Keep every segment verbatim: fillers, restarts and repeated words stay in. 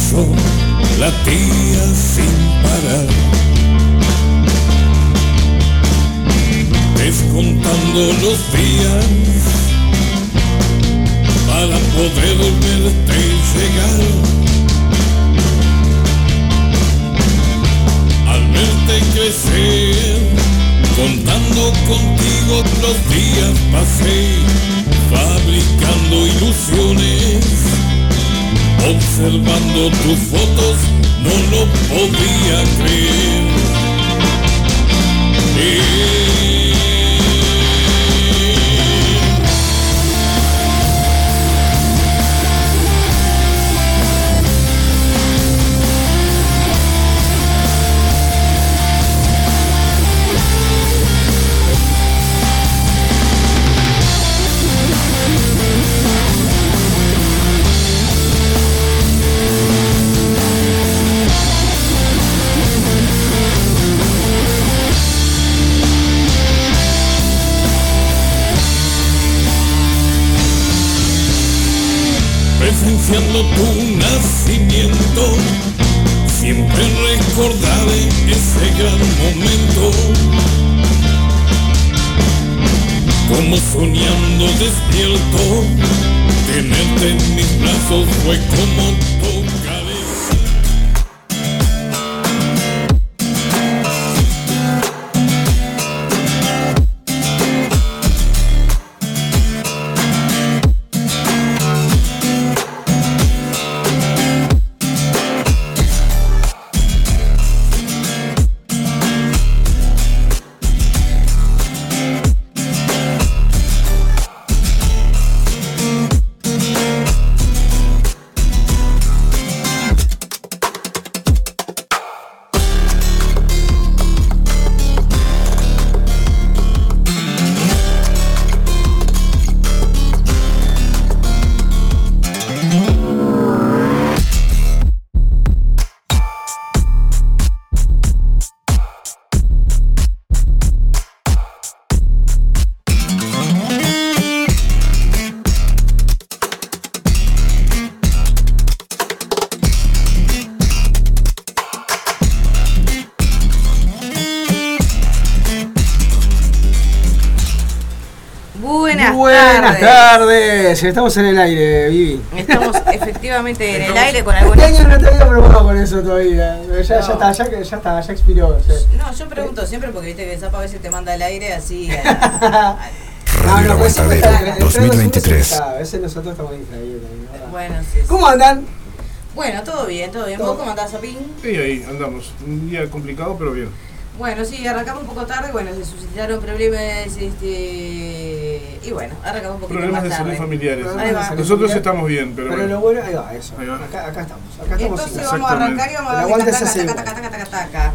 corazón latía sin parar, descontando los días para poder verte llegar. Al verte crecer, contando contigo los días pasé, fabricando ilusiones, observando tus fotos, no lo podía creer. Eh, presenciando tu nacimiento, siempre recordaré ese gran momento, como soñando despierto, tenerte en mis brazos fue como tocar. Buenas tardes, estamos en el aire, Vivi. Estamos efectivamente en el aire con algunos... Este año no te había probado con eso todavía, ya, no. ya está, ya, ya está, ya expiró. Ya. No, yo pregunto siempre porque viste que Zapa a veces te manda al aire así... No, no, pues dos mil veintitrés. A veces nosotros estamos distraídos. Bueno, sí, sí. ¿Cómo andan? Bueno, todo bien, todo bien. ¿Vos cómo andás, Zapín? Sí, ahí andamos. Un día complicado, pero bien. Bueno, sí, arrancamos un poco tarde, bueno, se suscitaron problemas, este, y bueno, arrancamos un poquito problemas más tarde. Problemas de salud familiares. Ahí va. Nosotros estamos bien, pero, pero bueno. lo bueno, ahí va, eso. Ahí va. Acá, acá estamos, acá estamos. Entonces vamos a arrancar y vamos a darle taca, taca, taca, taca, taca, taca.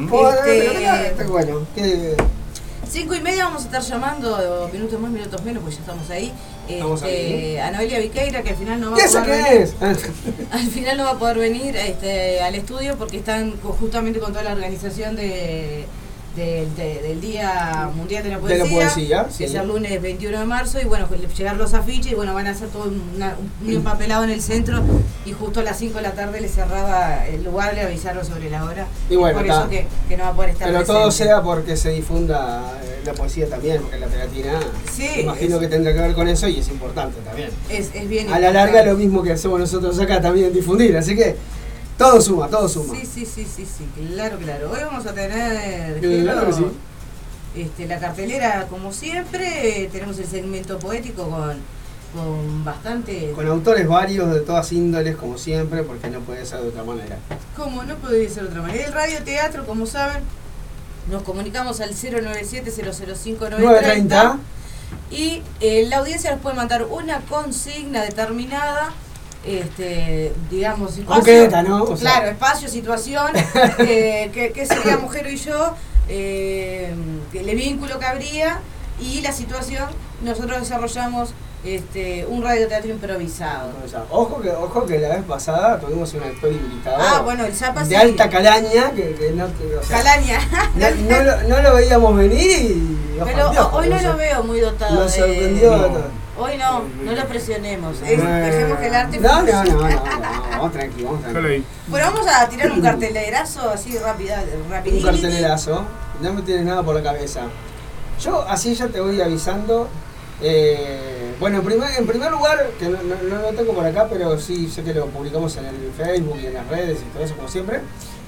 Este, bueno, ¿qué? Cinco y media vamos a estar llamando, minutos más, minutos menos, pues ya estamos ahí. Estamos Este, ahí. A Noelia Viqueira, que al final no va ¿Qué a poder qué es? al final no va a poder venir este, al estudio porque están justamente con toda la organización de Del, de, del Día Mundial de la Poesía, de la poesía que sí. es el lunes veintiuno de marzo, y bueno, pues llegar los afiches y bueno, van a hacer todo una, un empapelado en el centro y justo a las cinco de la tarde le cerraba el lugar, le avisaron sobre la hora, y bueno, por ta. eso que, que no va a poder estar pero presente. todo sea porque se difunda la poesía también, porque la pegatina sí, imagino es, que tendrá que ver con eso y es importante también. Es, es bien a la larga lo mismo que hacemos nosotros acá también difundir, así que todo suma, todo suma. Sí, sí, sí, sí, sí, claro, claro. Hoy vamos a tener claro que sí. Este, la cartelera, como siempre, tenemos el segmento poético con, con bastante... Con autores varios de todas índoles, como siempre, porque no puede ser de otra manera. Como no podría ser de otra manera. El radioteatro, como saben, nos comunicamos al cero nueve siete cero cero cinco nueve tres cero y eh, la audiencia nos puede mandar una consigna determinada, este, digamos, espacio, concreta, ¿no? O sea, claro, espacio, situación, eh, que, que sería Mujer y yo, eh, el vínculo que habría y la situación. Nosotros desarrollamos este, un radioteatro improvisado. Ojo que, ojo que la vez pasada tuvimos un actor invitado. Ah, bueno, el Zapa de sí. alta calaña, que, que no, que, o sea, Calaña. No, no, lo, no lo veíamos venir y... Pero Dios, hoy no nos, lo veo muy dotado. Nos de... sorprendió. No. No. Hoy no, no lo presionemos. Es, dejemos que el arte No, no, no, no, no, Vamos tranqui, vamos tranqui. Dale ahí. Bueno, vamos a tirar un cartelerazo así rápida, Un rapidito. cartelerazo. No me tienes nada por la cabeza. Yo así ya te voy avisando. Eh, bueno, en primer, en primer lugar, que no, no, no lo tengo por acá, pero sí sé que lo publicamos en el Facebook y en las redes y todo eso, como siempre.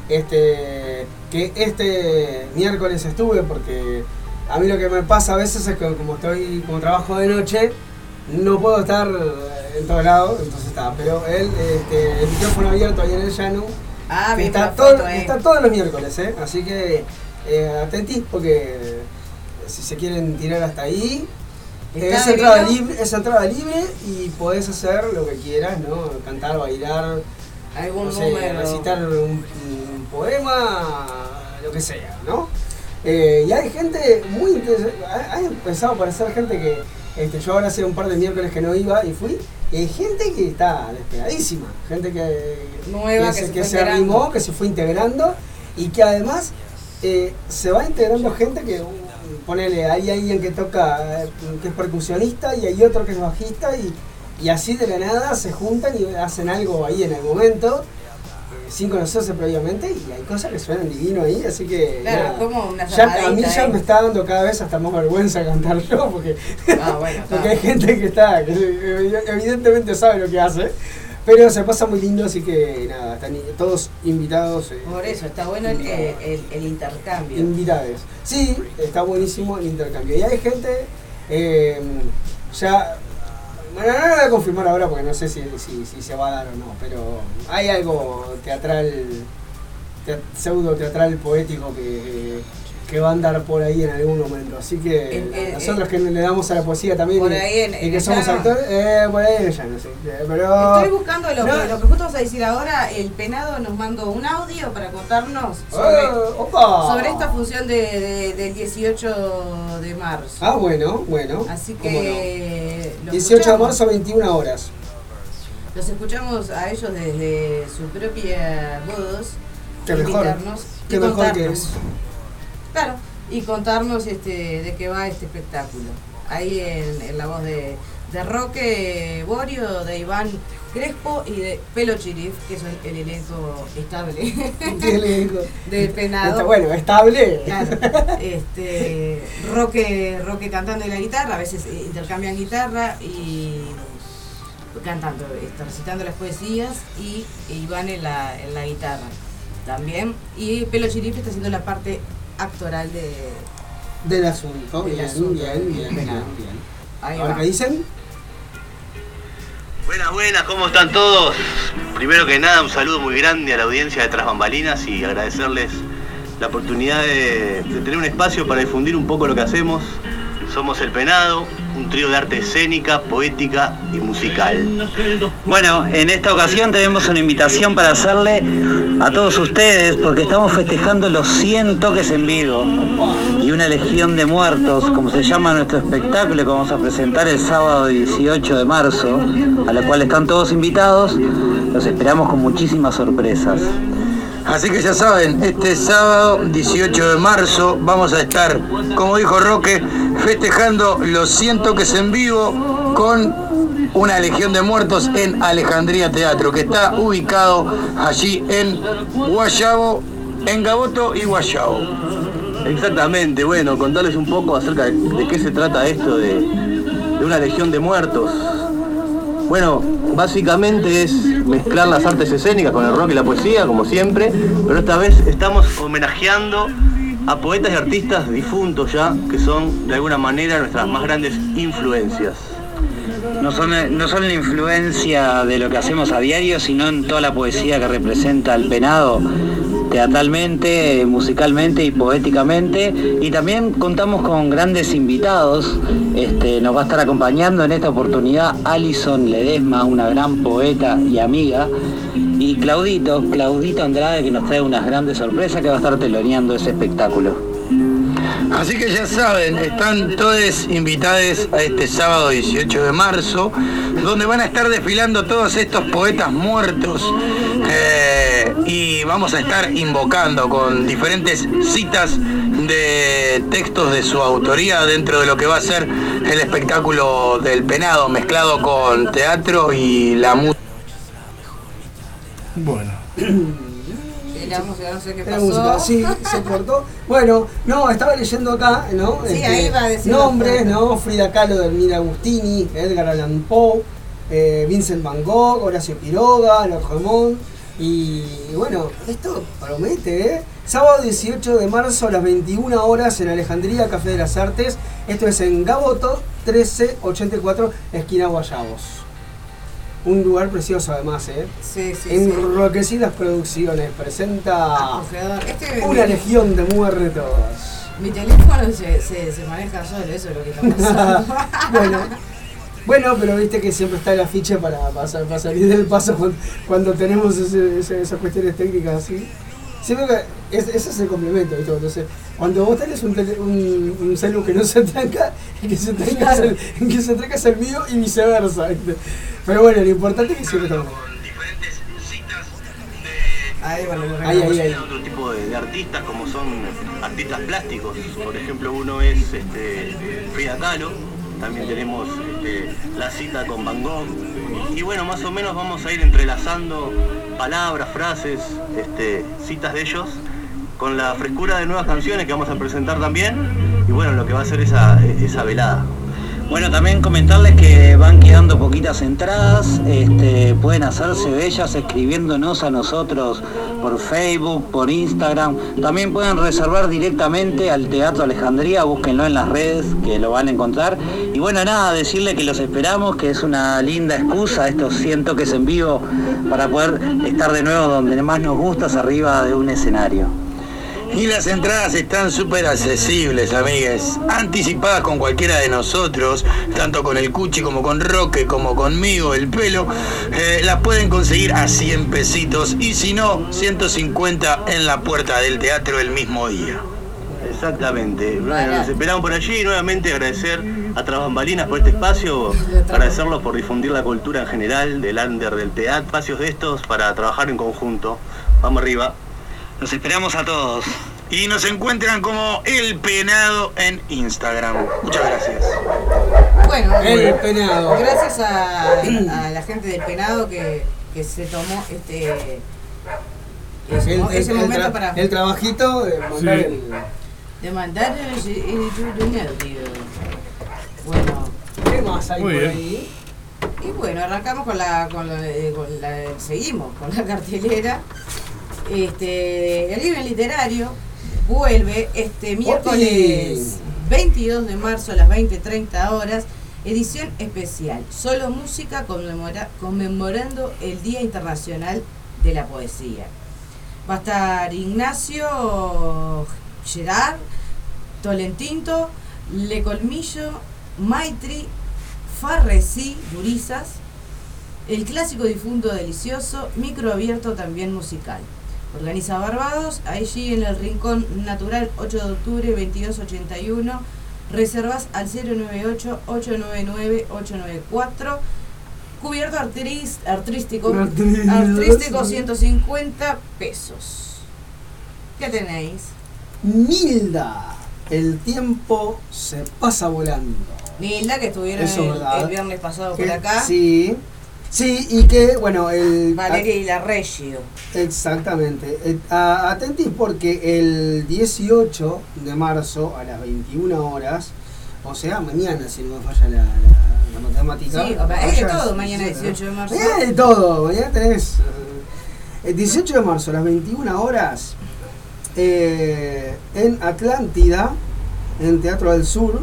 Este, que este miércoles estuve, porque a mí lo que me pasa a veces es que como estoy, como trabajo de noche, no puedo estar en todos lados, entonces está. Pero él, este, el micrófono abierto ahí en el llano, Ah, que bien, está, perfecto, todo, eh. está todos los miércoles, ¿eh? Así que eh, atentís porque si se quieren tirar hasta ahí, ¿Está es entrada, bien? libre, es entrada libre y podés hacer lo que quieras, ¿no? Cantar, bailar, Algún no sé, número. recitar un, un poema, lo que sea, ¿no? Eh, y hay gente muy interesante, ha, ha empezado a aparecer gente que, este, yo ahora hace un par de miércoles que no iba y fui, y hay gente que está despegadísima, gente que, Nueva, que, que se, se que fue se integrando. arrimó, que se fue integrando y que además eh, se va integrando gente que, uh, ponele, hay alguien que toca, eh, que es percusionista y hay otro que es bajista y, y así de la nada se juntan y hacen algo ahí en el momento, eh, sin conocerse previamente y hay cosas que suenan divino ahí, así que Claro, nada. como una Ya, a mí llamadita, ya eh. me está dando cada vez hasta más vergüenza cantar yo porque, Ah, bueno, porque está. hay gente que está, que evidentemente sabe lo que hace, pero se pasa muy lindo, así que nada, están todos invitados. eh, Por eso, está bueno el, el, el intercambio. Invitades. Sí, está buenísimo el intercambio. Y hay gente, eh, ya, bueno, no lo voy a confirmar ahora porque no sé si, si, si se va a dar o no, pero hay algo teatral, te, pseudo teatral poético que, que va a andar por ahí en algún momento. Así que En- en- nosotros que le damos a la poesía también Por y, ahí en- y en que el somos llano. actores, eh, por ahí en el llano, sí. Pero, Estoy buscando lo, no. que, lo que justo vas a decir ahora. El Penado nos mandó un audio para contarnos sobre, Eh, opa. sobre esta función de, de- del dieciocho de marzo. Ah, bueno, bueno. Así cómo no. que los dieciocho de escuchamos. marzo, veintiuna horas. Los escuchamos a ellos desde su propia voz. Qué mejor. invitarnos y Qué mejor que contarnos. es. Claro, y contarnos este, de qué va este espectáculo. Ahí en, en la voz de, de Roque Borio, de Iván Crespo y de Pelo Chirif, que son el elenco estable ¿Qué le digo? del Penado. Está bueno, estable. Claro, este, Roque, Roque cantando en la guitarra, a veces eh, intercambian guitarra y cantando, este, recitando las poesías y Iván en la, en la guitarra también. Y Pelo Chirif está haciendo la parte actoral de... Del asunto. Del Bien, asunto, bien, bien, bien, penal. bien. Ahí Ahora va. qué dicen. Buenas, buenas, ¿cómo están todos? Primero que nada, un saludo muy grande a la audiencia de Tras Bambalinas y agradecerles la oportunidad de, de tener un espacio para difundir un poco lo que hacemos. Somos El Penado, un trío de arte escénica, poética y musical. Bueno, en esta ocasión tenemos una invitación para hacerle a todos ustedes porque estamos festejando los cien toques en vivo y una legión de muertos, como se llama nuestro espectáculo que vamos a presentar el sábado dieciocho de marzo, a la cual están todos invitados. Los esperamos con muchísimas sorpresas. Así que ya saben, este sábado dieciocho de marzo vamos a estar, como dijo Roque, festejando los cien toques en vivo con una legión de muertos en Alejandría Teatro, que está ubicado allí en Guayabo, en Gaboto y Guayabo. Exactamente, bueno, contarles un poco acerca de, de qué se trata esto de, de una legión de muertos. Bueno, básicamente es mezclar las artes escénicas con el rock y la poesía, como siempre, pero esta vez estamos homenajeando a poetas y artistas difuntos ya, que son de alguna manera nuestras más grandes influencias. No son, no son la influencia de lo que hacemos a diario, sino en toda la poesía que representa el Penado, teatralmente, musicalmente y poéticamente. Y también contamos con grandes invitados. Este, nos va a estar acompañando en esta oportunidad Alison Ledesma, una gran poeta y amiga, y Claudito, Claudito Andrade, que nos trae unas grandes sorpresas, que va a estar teloneando ese espectáculo. Así que ya saben, están todos invitados a este sábado dieciocho de marzo, donde van a estar desfilando todos estos poetas muertos eh, y vamos a estar invocando con diferentes citas de textos de su autoría dentro de lo que va a ser el espectáculo del Penado, mezclado con teatro y la música. Bueno. Y la música, no sé qué La pasó. música, sí, se cortó. Bueno, no, estaba leyendo acá, ¿no? Sí, ahí va a decir nombres, los ¿no? Frida Kahlo, Delmira Agustini, Edgar Allan Poe, eh, Vincent Van Gogh, Horacio Quiroga, Lord Jamón. Y bueno, esto promete, ¿eh? Sábado dieciocho de marzo a las veintiuna horas en Alejandría, Café de las Artes. Esto es en Gaboto trece ochenta y cuatro, esquina Guayabos. Un lugar precioso además, ¿eh? Sí, sí, Enroquecidas Producciones presenta Acogedor. Este, una mi, legión de muertos. mi teléfono se, se, se maneja solo, eso es lo que está pasando. bueno, bueno, pero viste que siempre está el afiche para, para, para salir del paso cuando, cuando tenemos ese, ese, esas cuestiones técnicas así. Siempre que es, ese es el complemento, ¿viste? Entonces, cuando vos tenés un, tele, un, un celu que no se tranca, el que se tranca, claro. es, el, el que se tranca es el mío y viceversa, ¿viste? Pero bueno, lo importante es que siempre estamos. Ahí, bueno, ahí, ahí, ahí. Otro tipo de, de artistas, como son artistas plásticos. Por ejemplo, uno es este, Frida Kahlo. También tenemos este, la cita con Van Gogh. Y bueno, más o menos vamos a ir entrelazando palabras, frases, este, citas de ellos, con la frescura de nuevas canciones que vamos a presentar también. Y bueno, lo que va a ser esa, esa velada. Bueno, también comentarles que van quedando poquitas entradas, este, pueden hacerse bellas escribiéndonos a nosotros por Facebook, por Instagram, también pueden reservar directamente al Teatro Alejandría, búsquenlo en las redes que lo van a encontrar. Y bueno, nada, decirle que los esperamos, que es una linda excusa estos cien toques en vivo para poder estar de nuevo donde más nos gusta, arriba de un escenario. Y las entradas están súper accesibles, amigues, anticipadas con cualquiera de nosotros, tanto con el Cuchi como con Roque, como conmigo, el Pelo, eh, las pueden conseguir a cien pesitos y si no, ciento cincuenta en la puerta del teatro el mismo día. Exactamente, bueno, nos esperamos por allí y nuevamente agradecer a Tras Bambalinas por este espacio, agradecerlos por difundir la cultura en general, del under, del teatro, espacios de estos para trabajar en conjunto. Vamos arriba. Los esperamos a todos. Y nos encuentran como El Penado en Instagram. Muchas gracias. Bueno, El Penado. Gracias a, a la gente del Penado que, que se tomó este ese, el, ese el, momento el, para el trabajito de mandar sí. el... de mandar el, el, el audio. Bueno, ¿qué más hay Muy por bien. ahí? y bueno, arrancamos con la, con la, con la seguimos con la cartelera. Este, el libro literario vuelve este miércoles veintidós de marzo a las veinte treinta horas, edición especial, solo música conmemora, conmemorando el Día Internacional de la Poesía. Va a estar Ignacio Gerard, Tolentino, Le Colmillo, Maitri, Farresí, Durizas, el clásico difunto delicioso, micro abierto también musical. Organiza Barbados, allí en el Rincón Natural, ocho de octubre, veintidós ochenta y uno. Reservas al cero nueve ocho, ocho nueve nueve, ocho nueve cuatro. Cubierto artris, artístico, artístico ciento cincuenta pesos. ¿Qué tenéis? Nilda, el tiempo se pasa volando. Nilda, que estuvieron el, el viernes pasado por acá. Sí. Sí, y que, bueno, el... Valeria y la Reggio. Exactamente. Atentis porque el dieciocho de marzo a las veintiuna horas, o sea, mañana, si no me falla la, la, la matemática. Sí, es de todo, mañana dieciocho de marzo. Es de todo, mañana tenés... El dieciocho de marzo a las veintiuna horas, eh, en Atlántida, en Teatro del Sur,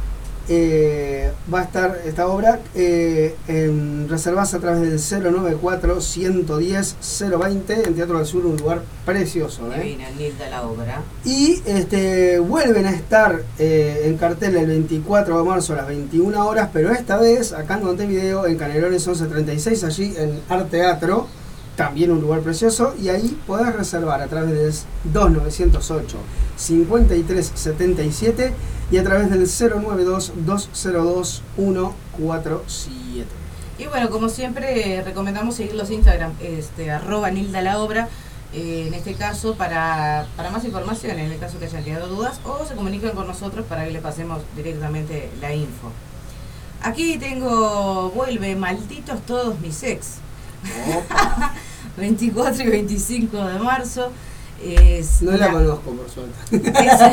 Eh, va a estar esta obra eh, en, reservas a través del cero nueve cuatro, ciento diez, cero veinte en Teatro del Sur, un lugar precioso, ¿eh? Divina, linda la obra. Y este, vuelven a estar eh, en cartel el veinticuatro de marzo a las veintiuna horas, pero esta vez acá en Montevideo, en Canelones once treinta y seis, allí en Art Teatro, también un lugar precioso, y ahí podés reservar a través del dos nueve cero ocho, cincuenta y tres setenta y siete y a través del cero nueve dos, dos cero dos, uno cuatro siete. Y bueno, como siempre, recomendamos seguir los Instagram, este, arroba Nilda la obra, eh, en este caso para, para más información, en el caso que hayan quedado dudas, o se comunican con nosotros para que le pasemos directamente la info. Aquí tengo, vuelve Malditos Todos Mis Ex. veinticuatro y veinticinco de marzo. Es no una, la conozco, por suerte.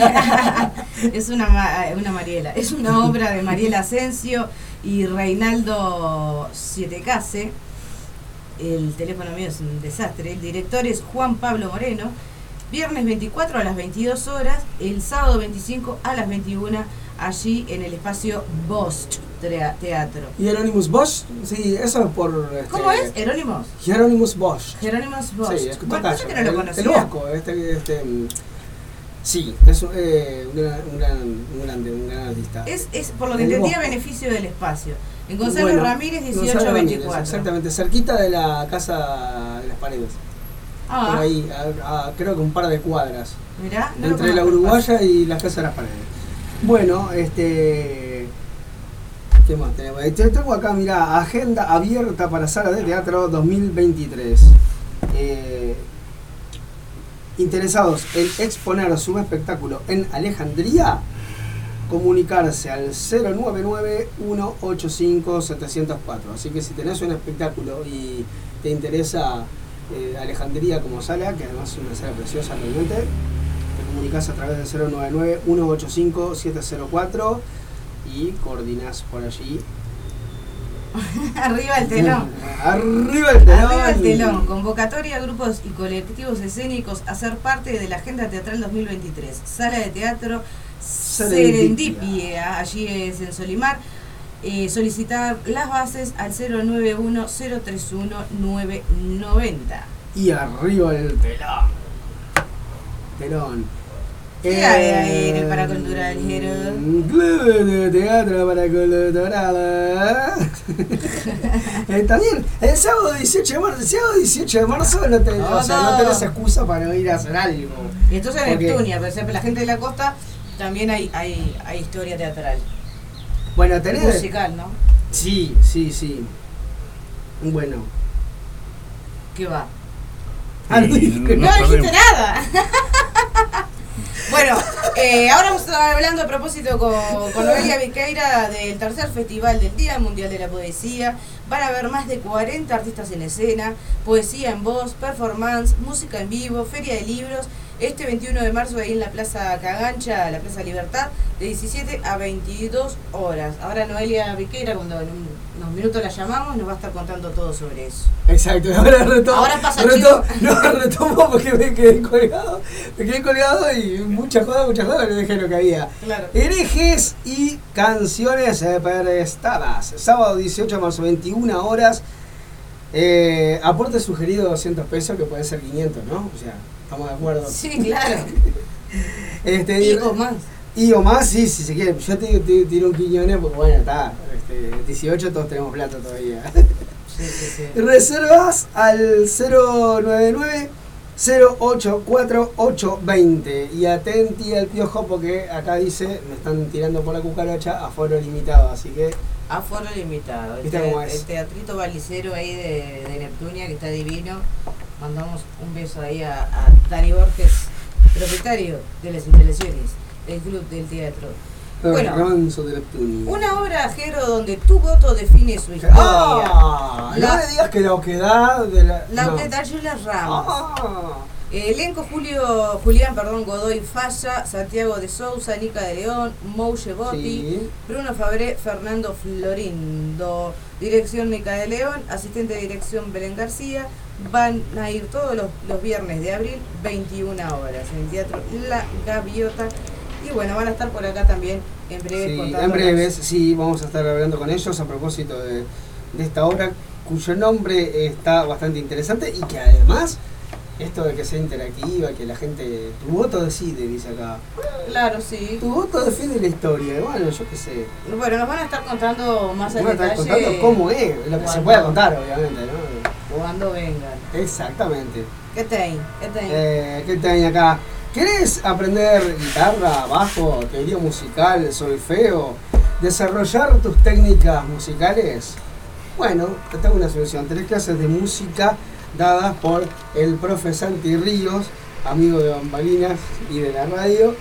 Es, es una, una Mariela. Es una obra de Mariela Asensio y Reinaldo Sietecase. El teléfono mío es un desastre. El director es Juan Pablo Moreno. Viernes veinticuatro a las veintidós horas. El sábado veinticinco a las veintiuna. Allí en el espacio Bosch Teatro. ¿Y Hieronymus Bosch? Sí, eso es por... Este, ¿Cómo es? ¿Hieronymus? Hieronymus Bosch. Hieronymus Bosch. Sí, es Bueno, yo que no lo conocía. El Bosco, este, este, sí, es eh, un, gran, un, gran, un, grande, un gran artista. Es, es por lo que El entendía, Bosco. Beneficio del espacio. En Gonzalo Bueno, Ramírez, Gonzalo dieciocho veinticuatro. Ramírez, exactamente, cerquita de la Casa de las Paredes. Ah, Por ahí, a, a, creo que un par de cuadras. mirá, no Entre la Uruguaya y la Casa de las Paredes. Bueno, este... ¿Qué más tenemos? Te tengo acá, mirá, agenda abierta para Sala de Teatro dos mil veintitrés. Eh, interesados en exponer su espectáculo en Alejandría, comunicarse al cero nueve nueve, uno ocho cinco, siete cero cuatro. Así que si tenés un espectáculo y te interesa eh, Alejandría como sala, que además es una sala preciosa realmente, te comunicás a través del cero nueve nueve, uno ocho cinco, siete cero cuatro y coordinás por allí. Arriba el telón. Arriba el telón. Arriba el telón. Convocatoria a grupos y colectivos escénicos a ser parte de la Agenda Teatral dos mil veintitrés. Sala de Teatro Serendipia, allí es en Solimar. Eh, solicitar las bases al cero nueve uno, cero tres uno, nueve nueve cero. Y arriba el telón. Telón. ¿Qué eh, hay ahí en el Paracultural, Jero? Club de Teatro Paracultural. eh, también, el sábado dieciocho de marzo, el sábado dieciocho de marzo no, te, No, o sea, no. no tenés excusa para no ir a hacer algo. Y entonces en Porque- Neptunia, pero siempre la gente de la costa también hay, hay, hay historia teatral. Bueno, tenés... Musical, ¿no? Sí, sí, sí. Bueno. ¿Qué va? Ah, no dije que No Nos dijiste perdemos. nada. Bueno, eh, ahora vamos a estar hablando a propósito con, con Noelia Viqueira del tercer festival del Día Mundial de la Poesía. Van a haber más de cuarenta artistas en escena, poesía en voz, performance, música en vivo, feria de libros. Este veintiuno de marzo ahí en la Plaza Cagancha, la Plaza Libertad, de diecisiete a veintidós horas. Ahora Noelia Viqueira, cuando en un- unos minutos la llamamos, nos va a estar contando todo sobre eso. Exacto, ahora retomo. Ahora pasa retomo, no, retomo porque me quedé colgado. Me quedé colgado y mucha joda, mucha joda, le dejé lo que había. Claro. Herejes y canciones eh, prestadas. Sábado dieciocho de marzo, veintiuna horas. Eh, aporte sugerido doscientos pesos, que puede ser quinientos, ¿no? O sea, estamos de acuerdo. Sí, claro. Este, Y o más. Y o más, sí, si se quiere. Yo te, te tiro un quiñones porque bueno, está. Este, dieciocho todos tenemos plata todavía. Sí, sí, sí. Reservas al cero nueve nueve, cero ocho cuatro, ocho dos cero. Y atenti al piojo porque acá dice, me están tirando por la cucaracha, aforo limitado, así que Aforo limitado. El, ¿Viste te- cómo es? el teatrito balicero ahí de, de Neptunia, que está divino. Mandamos un beso ahí a, a Dani Borges, propietario de las instalaciones del Club del Teatro. Bueno, Ranzo de Neptunia. una obra, Jero, donde tu voto define su historia. ¡Ah! La- no me digas que lo que da de la... La no. de Dayula Ramos. ¡Ah! Elenco Julio, Julián perdón, Godoy Falla, Santiago de Sousa, Nica de León, Mouche Botti, Sí. Bruno Fabré, Fernando Florindo. Dirección Nica de León, asistente de dirección Belén García. Van a ir todos los, los viernes de abril, veintiuna horas, en el Teatro La Gaviota. Y bueno, van a estar por acá también en breve. Sí, contándonos. en breves, sí, vamos a estar hablando con ellos a propósito de, de esta obra cuyo nombre está bastante interesante y que además, esto de que sea interactiva, que la gente, tu voto decide, dice acá. Claro, sí. Tu voto define la historia, bueno, yo qué sé. Bueno, nos van a estar contando más al Voy a estar detalle. contando cómo es, lo que se cuando- pueda contar, obviamente, ¿no? Cuando vengan. Exactamente. ¿Qué ten? ¿Qué ten? Eh, ¿Qué tenés acá? ¿Querés aprender guitarra, bajo, teoría musical, solfeo? ¿Desarrollar tus técnicas musicales? Bueno, te tengo una solución. Tres clases de música dadas por el profe Santi Ríos, amigo de Bambalinas y de la radio.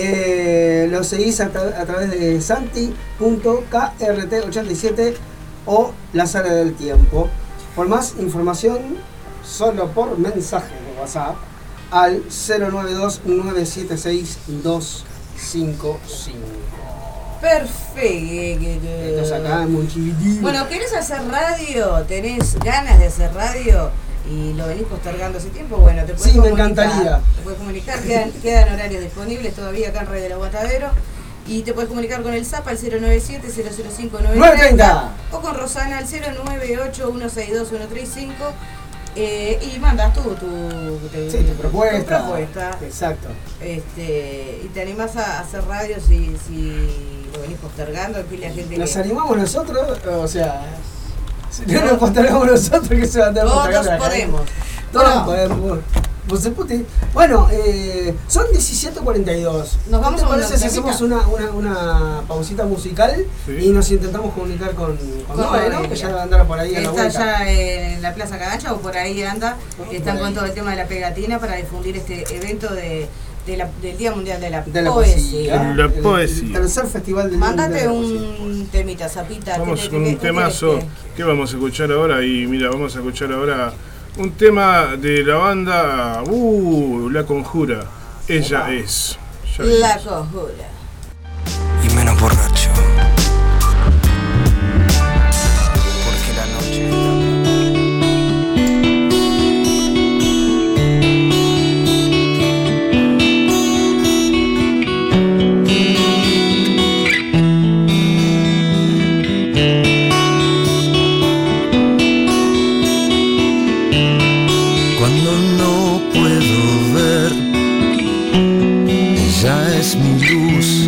Eh, lo seguís a, tra a través de santi punto k r t ochenta y siete o La Sala del Tiempo. Por más información, solo por mensaje de WhatsApp al cero nueve dos nueve siete seis dos cinco cinco. Perfecto. Esto es acá muy chiquitito. Bueno, ¿querés hacer radio? ¿Tenés ganas de hacer radio? Y lo venís postergando hace tiempo, bueno, te puedes sí, me comunicar. encantaría. Te puedes comunicar, quedan, quedan horarios disponibles todavía acá en Rey del Aguatadero. Y te puedes comunicar con el Z A P al cero nueve siete cero cero cinco nueve tres cero o con Rosana al cero nueve ocho uno seis dos uno tres cinco. Eh, y mandas tú tu, tu, sí, tu, propuesta. tu propuesta. Exacto. Este, y te animás a hacer radio si, si lo venís postergando. Pile a gente ¿Nos que... animamos nosotros? O sea, si no nos postergamos nosotros, que se va a tener Todos postergando podemos. Todos podemos. Bueno, eh, son diecisiete cuarenta y dos. Nos vamos ¿Te a parece una si hacemos una, una, una pausita musical sí. y nos intentamos comunicar con, con, con Noé, ¿no? Que ya va a andar por ahí a la vuelta. Está ya en la Plaza Cagacha o por ahí anda. Que están con todo el tema de la pegatina para difundir este evento de, de la, del Día Mundial de la, de la Poesía. poesía. La poesía. El tercer festival del Mándate un temita, Zapita. Vamos con un temazo. ¿Qué vamos a escuchar ahora? Y mira, vamos a escuchar ahora un tema de la banda uh, La Conjura. Ella Opa. es. La Conjura. Y menos borracho. Porque la noche. Es mi luz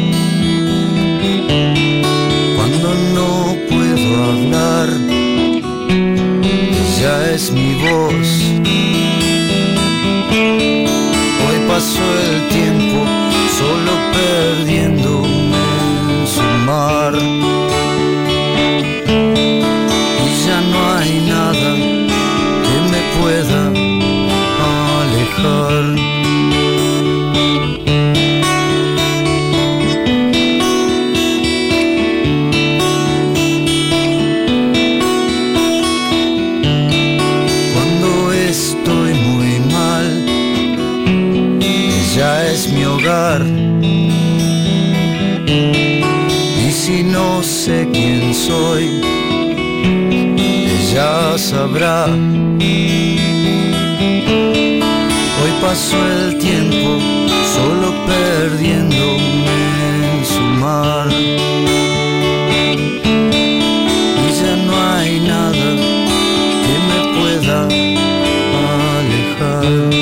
cuando no puedo hablar, ella es mi voz. Hoy pasó el tiempo solo perdiéndome en su mar y ya no hay nada que me pueda alejar. Es mi hogar y si no sé quién soy, ella sabrá. Hoy pasó el tiempo solo perdiéndome en su mar y ya no hay nada que me pueda alejar.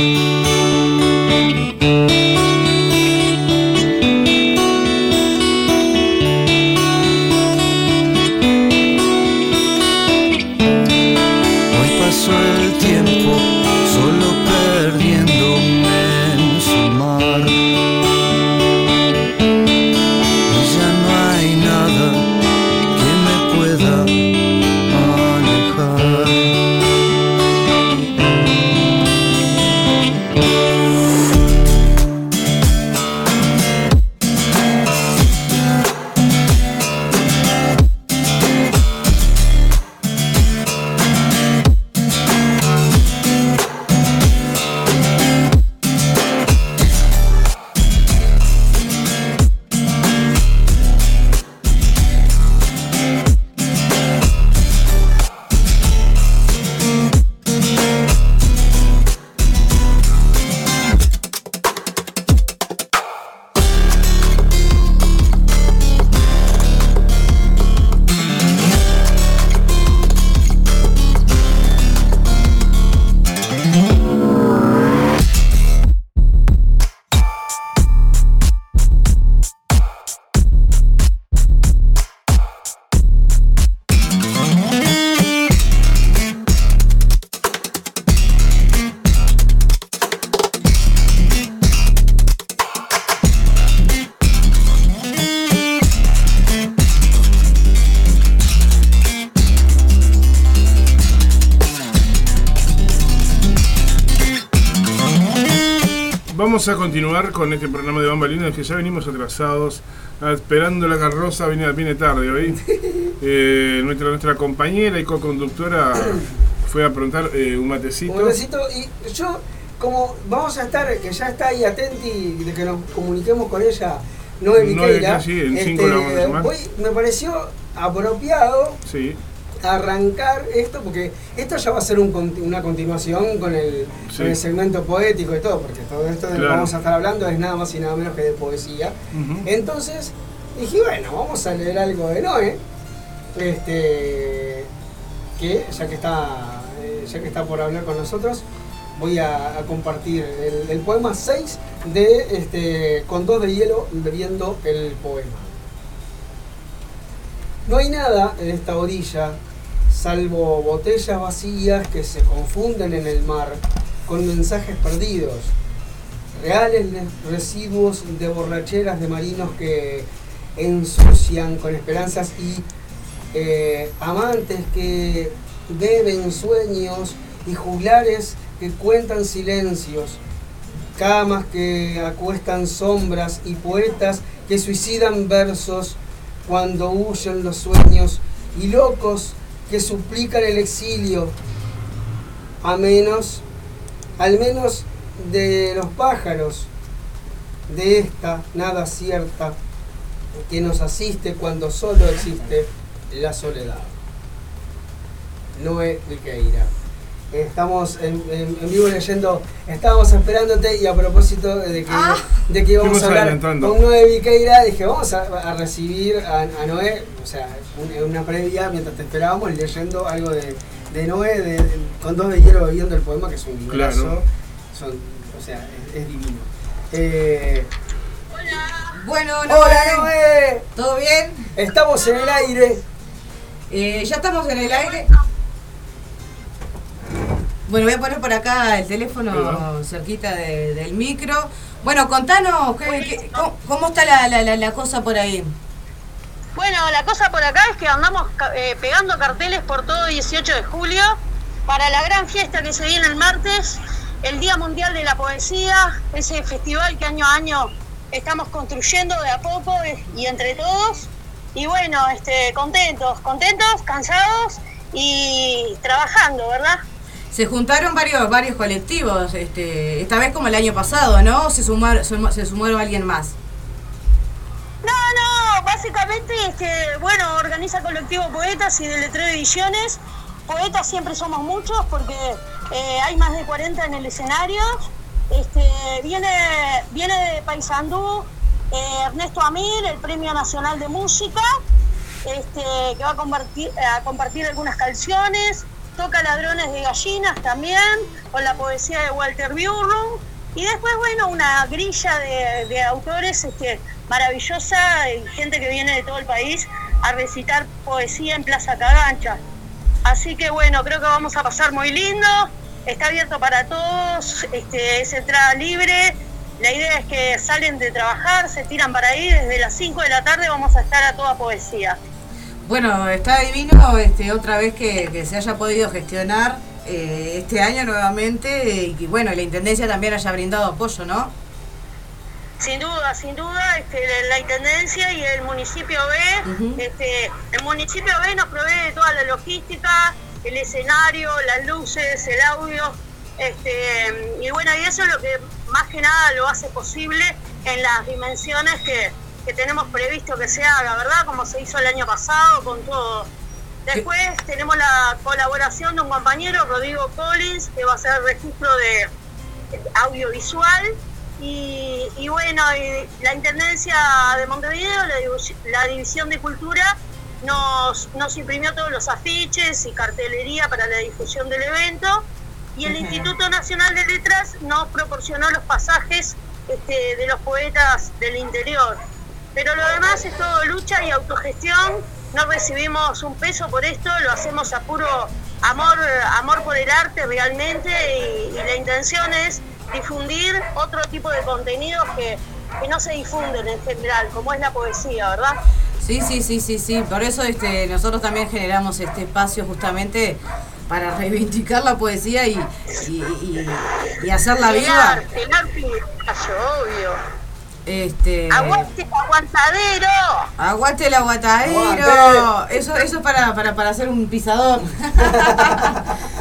Vamos a continuar con este programa de Bambalinas, que ya venimos atrasados, esperando la carroza, viene, viene tarde hoy. Eh, nuestra, nuestra compañera y co-conductora fue a preguntar eh, un matecito. Un matecito, y yo, como vamos a estar, que ya está ahí atenti de que nos comuniquemos con ella, Noé Viqueira, sí, en cinco la vamos a llamar. Voy, me pareció apropiado sí. arrancar esto, porque esto ya va a ser un, una continuación con el, sí. con el segmento poético y todo, porque todo esto de lo claro. que vamos a estar hablando es nada más y nada menos que de poesía. Uh-huh. Entonces dije, bueno, vamos a leer algo de Noé, este, que ya que está, eh, ya que está por hablar con nosotros, voy a, a compartir el, el poema seis de este, Con dos de hielo bebiendo el poema. No hay nada en esta orilla, salvo botellas vacías que se confunden en el mar con mensajes perdidos, reales residuos de borracheras de marinos que ensucian con esperanzas y eh, amantes que beben sueños y juglares que cuentan silencios, camas que acuestan sombras y poetas que suicidan versos cuando huyen los sueños y locos que suplican el exilio, a menos, al menos de los pájaros de esta nada cierta que nos asiste cuando solo existe la soledad. Noé Viqueira. Estamos en, en, en vivo leyendo, estábamos esperándote y a propósito de que, ah. de que íbamos a hablar con Noé Viqueira, dije vamos a, a recibir a, a Noé, o sea, un, una previa mientras te esperábamos leyendo algo de, de Noé, de, de, con dos de hielo bebiendo el poema, que es un librazo, claro. Son, o sea, es, es divino. Eh, Hola. Bueno, Noé. Hola Noé. ¿Todo bien? Estamos en el aire. Eh, ya estamos en el aire. Bueno, voy a poner por acá el teléfono cerquita de, del micro. Bueno, contanos, ¿qué, qué, cómo, ¿cómo está la, la, la cosa por ahí? Bueno, la cosa por acá es que andamos eh, pegando carteles por todo dieciocho de julio para la gran fiesta que se viene el martes, el Día Mundial de la Poesía, ese festival que año a año estamos construyendo de a poco y entre todos. Y bueno, este, contentos, contentos, cansados y trabajando, ¿verdad? Se juntaron varios varios colectivos, este, esta vez como el año pasado, ¿no? ¿Se sumaron, se sumaron alguien más? No, no, básicamente, este, bueno, organiza Colectivo Poetas y de Letrero Ediciones. Poetas siempre somos muchos porque eh, hay más de cuarenta en el escenario. Este, viene, viene de Paysandú eh, Ernesto Amir, el Premio Nacional de Música, este, que va a compartir, a compartir algunas canciones. Toca Ladrones de Gallinas también, con la poesía de Walter Burrum. Y después, bueno, una grilla de, de autores este, maravillosa, y gente que viene de todo el país a recitar poesía en Plaza Cagancha. Así que, bueno, creo que vamos a pasar muy lindo. Está abierto para todos, este, es entrada libre. La idea es que salen de trabajar, se tiran para ahí. Desde las cinco de la tarde vamos a estar a toda poesía. Bueno, está divino este, otra vez que, que se haya podido gestionar eh, este año nuevamente y que bueno, la Intendencia también haya brindado apoyo, ¿no? Sin duda, sin duda, este, la Intendencia y el Municipio B, uh-huh. este, el Municipio B nos provee de toda la logística, el escenario, las luces, el audio, este, y bueno, y eso es lo que más que nada lo hace posible en las dimensiones que que tenemos previsto que se haga, ¿verdad? Como se hizo el año pasado con todo. Después ¿Qué? tenemos la colaboración de un compañero, Rodrigo Collins, que va a hacer el registro de audiovisual. Y, y bueno, y la Intendencia de Montevideo, la, la División de Cultura, nos, nos imprimió todos los afiches y cartelería para la difusión del evento. Y el uh-huh. Instituto Nacional de Letras nos proporcionó los pasajes este, de los poetas del interior. Pero lo demás es todo lucha y autogestión, no recibimos un peso por esto, lo hacemos a puro amor, amor por el arte realmente y, y la intención es difundir otro tipo de contenidos que, que no se difunden en general, como es la poesía, ¿verdad? Sí, sí, sí, sí, sí, por eso este, nosotros también generamos este espacio justamente para reivindicar la poesía y, y, y, y hacerla el viva. Arte, el arte y el espacio, obvio. Este... ¡Aguante el aguantadero! ¡Aguante el aguantadero! Eso, eso es para, para, para hacer un pisador.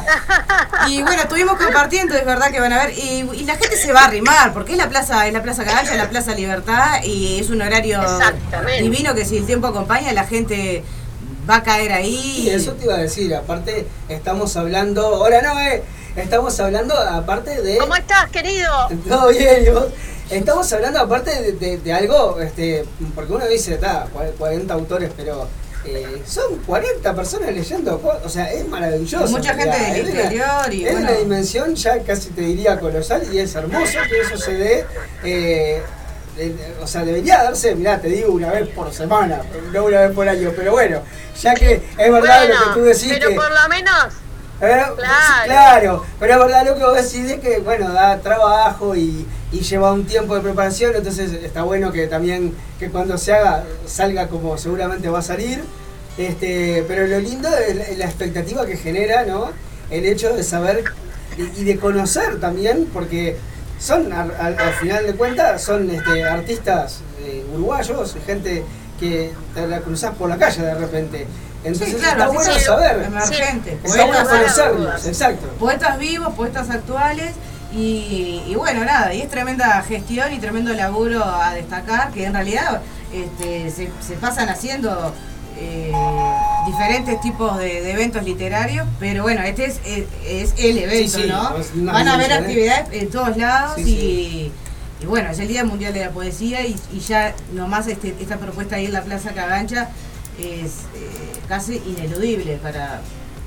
Y bueno, estuvimos compartiendo, es verdad que van a ver, y, y la gente se va a arrimar, porque es la plaza, es la Plaza Cagancha, la Plaza Libertad, y es un horario divino que si el tiempo acompaña, la gente va a caer ahí. Y eso te iba a decir, aparte estamos hablando, hola Noé, estamos hablando aparte de... ¿Cómo estás, querido? Todo bien, ¿y vos? Estamos hablando aparte de, de, de algo, este, porque uno dice, está, cuarenta autores, pero... Eh, son cuarenta personas leyendo, o sea, es maravilloso. Mucha gente del es interior. Una, y es bueno. una dimensión ya casi te diría colosal y es hermoso que eso se dé. Eh, eh, o sea, debería darse, mirá, te digo una vez por semana, no una vez por año, pero bueno, ya que es verdad bueno, lo que tú decís. Pero que, por lo menos. Pero, claro. claro, pero es verdad lo que vos decís es que, bueno, da trabajo y, y lleva un tiempo de preparación, entonces está bueno que también, que cuando se haga, salga como seguramente va a salir, este, pero lo lindo es la expectativa que genera, ¿no? El hecho de saber y, y de conocer también, porque son, al, al final de cuentas, son este, artistas eh, uruguayos, gente que te la cruzás por la calle de repente. Entonces sí, claro, está bueno sí, saber, emergentes, sí, está bueno conocerlos, exacto. Poetas vivos, poetas actuales y, y bueno, nada, y es tremenda gestión y tremendo laburo a destacar, que en realidad este, se, se pasan haciendo eh, diferentes tipos de, de eventos literarios, pero bueno, este es, es, es el evento, sí, sí, ¿no? Es Van a haber actividades en todos lados sí, y... Sí. Y bueno, es el Día Mundial de la Poesía y, y ya nomás este, esta propuesta ahí en la Plaza Cagancha es eh, casi ineludible para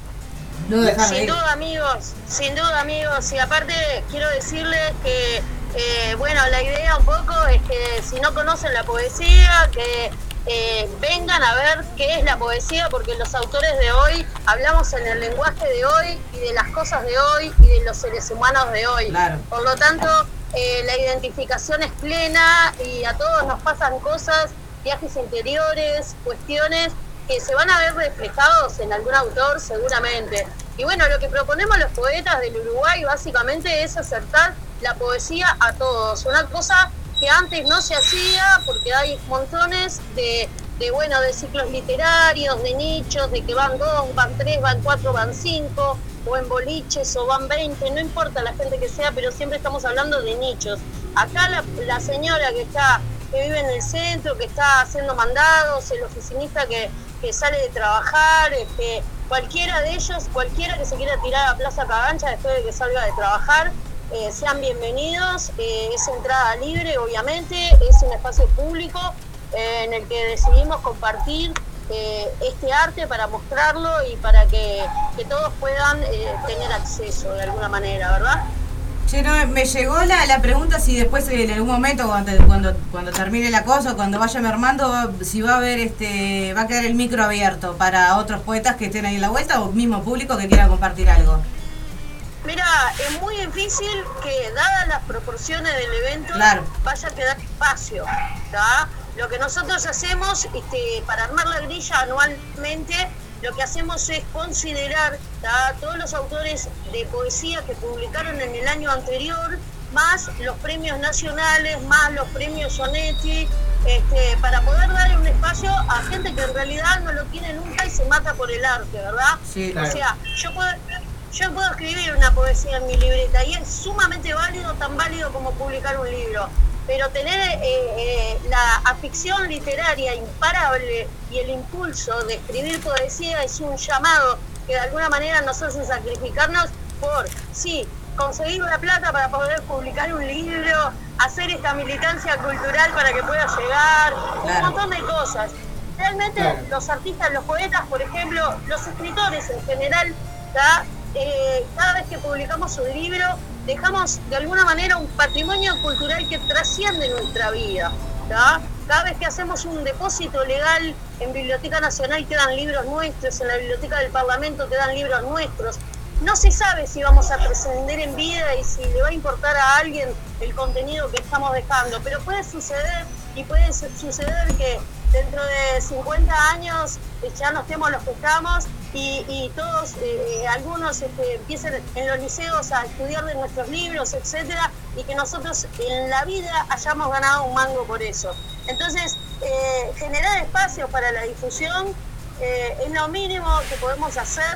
no dejar de ir. Sin duda, amigos, sin duda, amigos. Y aparte quiero decirles que, eh, bueno, la idea un poco es que si no conocen la poesía, que eh, vengan a ver qué es la poesía, porque los autores de hoy hablamos en el lenguaje de hoy y de las cosas de hoy y de los seres humanos de hoy. Claro. Por lo tanto, eh, la identificación es plena y a todos nos pasan cosas, viajes interiores, cuestiones que se van a ver reflejados en algún autor seguramente. Y bueno, lo que proponemos los poetas del Uruguay básicamente es acercar la poesía a todos. Una cosa que antes no se hacía porque hay montones de, de, bueno, de ciclos literarios, de nichos, de que van dos, van tres, van cuatro, van cinco, o en boliches, o van veinte, no importa la gente que sea, pero siempre estamos hablando de nichos. Acá la, la señora que está que vive en el centro, que está haciendo mandados, el oficinista que, que sale de trabajar, este, cualquiera de ellos, cualquiera que se quiera tirar a Plaza Cagancha después de que salga de trabajar, eh, sean bienvenidos, eh, es entrada libre obviamente, es un espacio público eh, en el que decidimos compartir eh, este arte para mostrarlo y para que, que todos puedan eh, tener acceso de alguna manera, ¿verdad? Che, no, me llegó la, la pregunta si después en algún momento cuando, cuando cuando termine la cosa, cuando vaya mermando, va, si va a haber este, va a quedar el micro abierto para otros poetas que estén ahí en la vuelta o mismo público que quiera compartir algo. Mira, es muy difícil que dadas las proporciones del evento claro. vaya a quedar espacio, ¿tá? Lo que nosotros hacemos este, para armar la grilla anualmente, lo que hacemos es considerar a todos los autores de poesía que publicaron en el año anterior, más los premios nacionales, más los premios Sonetti, este, para poder darle un espacio a gente que en realidad no lo tiene nunca y se mata por el arte, ¿verdad? Sí, claro. O sea, yo puedo, yo puedo escribir una poesía en mi libreta y es sumamente válido, tan válido como publicar un libro. Pero tener eh, eh, la afición literaria imparable y el impulso de escribir poesía es un llamado que de alguna manera nos hace sacrificarnos por, sí, conseguir la plata para poder publicar un libro, hacer esta militancia cultural para que pueda llegar, claro. un montón de cosas. Realmente claro. los artistas, los poetas, por ejemplo, los escritores en general, ¿tá? Eh, cada vez que publicamos un libro, dejamos de alguna manera un patrimonio cultural que trasciende nuestra vida, ¿tá? Cada vez que hacemos un depósito legal en Biblioteca Nacional quedan libros nuestros, en la Biblioteca del Parlamento quedan libros nuestros. No se sabe si vamos a trascender en vida y si le va a importar a alguien el contenido que estamos dejando, pero puede suceder y puede suceder que dentro de cincuenta años ya no estemos los que estamos y, y todos, eh, algunos este, empiecen en los liceos a estudiar de nuestros libros, etcétera, y que nosotros en la vida hayamos ganado un mango por eso. Entonces, eh, generar espacios para la difusión eh, es lo mínimo que podemos hacer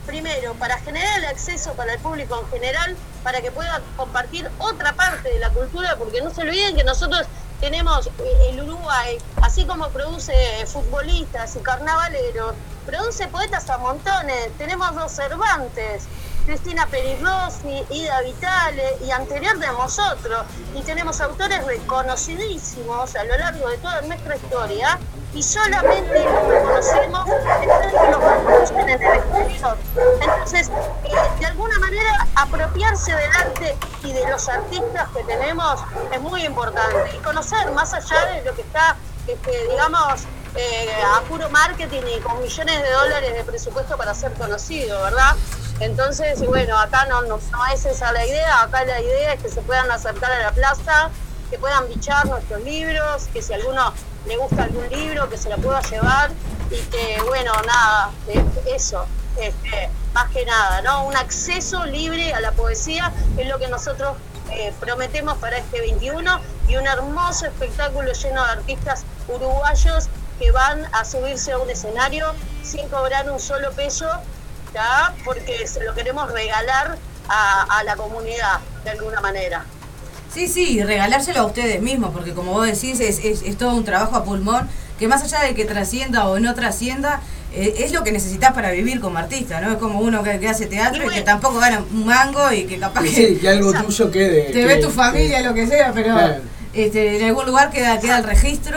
primero, para generar el acceso para el público en general, para que pueda compartir otra parte de la cultura, porque no se olviden que nosotros tenemos el Uruguay, así como produce futbolistas y carnavaleros, produce poetas a montones. Tenemos dos Cervantes, Cristina Peri Rossi, Ida Vitale, y anterior de nosotros, y tenemos autores reconocidísimos a lo largo de toda nuestra historia, y solamente los conocemos que los conocen en el exterior. Entonces, eh, de alguna manera, apropiarse del arte y de los artistas que tenemos es muy importante, y conocer más allá de lo que está, este, digamos, eh, a puro marketing y con millones de dólares de presupuesto para ser conocido, ¿verdad? Entonces, bueno, acá no, no, no es esa la idea, acá la idea es que se puedan acercar a la plaza, que puedan bichar nuestros libros, que si a alguno le gusta algún libro, que se lo pueda llevar, y que, bueno, nada, eso, este, más que nada, ¿no? Un acceso libre a la poesía es lo que nosotros eh, prometemos para este veintiuno, y un hermoso espectáculo lleno de artistas uruguayos que van a subirse a un escenario sin cobrar un solo peso, ¿ya? Porque se lo queremos regalar a, a la comunidad de alguna manera. Sí, sí, y regalárselo a ustedes mismos, porque como vos decís, es, es, es todo un trabajo a pulmón, que más allá de que trascienda o no trascienda, eh, es lo que necesitas para vivir como artista, ¿no? Es como uno que, que hace teatro y, y que tampoco gana un mango y que capaz que... Sí, que algo tuyo quede... Te que, ve tu familia, que, lo que sea, pero claro. este, en algún lugar queda, queda el registro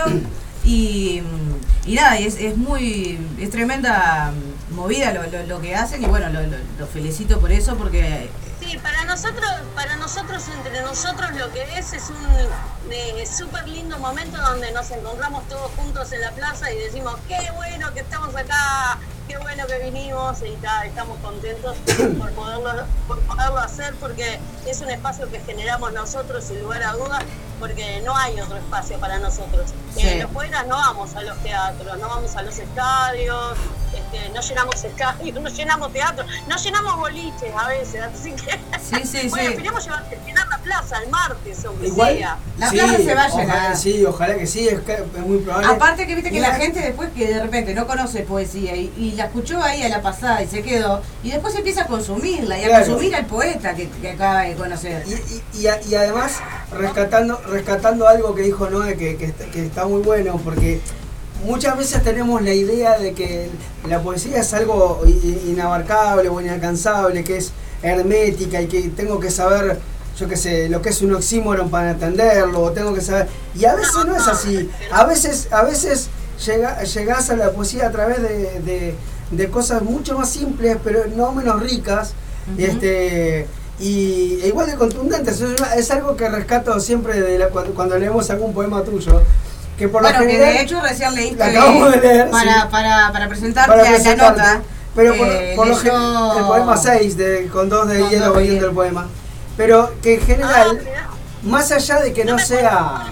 y, y nada, y es, es muy... es tremenda movida lo, lo, lo que hacen, y bueno, lo, lo, lo felicito por eso, porque... Sí, para nosotros, para nosotros, entre nosotros, lo que es es un eh, súper lindo momento donde nos encontramos todos juntos en la plaza y decimos, qué bueno que estamos acá, qué bueno que vinimos, y ta, estamos contentos por poderlo, por poderlo hacer, porque es un espacio que generamos nosotros, sin lugar a dudas, porque no hay otro espacio para nosotros. Sí. Eh, los poetas no vamos a los teatros, no vamos a los estadios, este, no llenamos estadios, no llenamos teatros, no llenamos boliches a veces, así que sí, sí, bueno, sí. queremos llevar, llenar la plaza el martes, aunque igual, sea. La sí, plaza se va a ojalá llenar. que sí, ojalá que sí, es, que es muy probable. Aparte que viste que y la la gente después que de repente no conoce poesía y, y la escuchó ahí a la pasada y se quedó, y después empieza a consumirla y a claro. consumir al poeta que, que acaba de conocer. Y, y, y, a, y además rescatando rescatando algo que dijo Noé, que, que, que está muy bueno, porque muchas veces tenemos la idea de que la poesía es algo inabarcable o inalcanzable, que es hermética y que tengo que saber, yo qué sé, lo que es un oxímoron para entenderlo, o tengo que saber, y a veces no es así, a veces a veces llega, llegás a la poesía a través de, de, de cosas mucho más simples, pero no menos ricas, uh-huh. este y e igual de contundentes. Es, una, es algo que rescato siempre de la, cuando, cuando leemos algún poema tuyo, que por bueno, lo general, que de hecho recién leíste acabamos de leer, para, sí. para, para presentar para la, presentarte. la nota. Pero por, eh, por lo leyó... general, el poema seis, de, con dos de con hielo dos de oyendo hielo. el poema. Pero que en general, Ah, más allá de que no, no sea...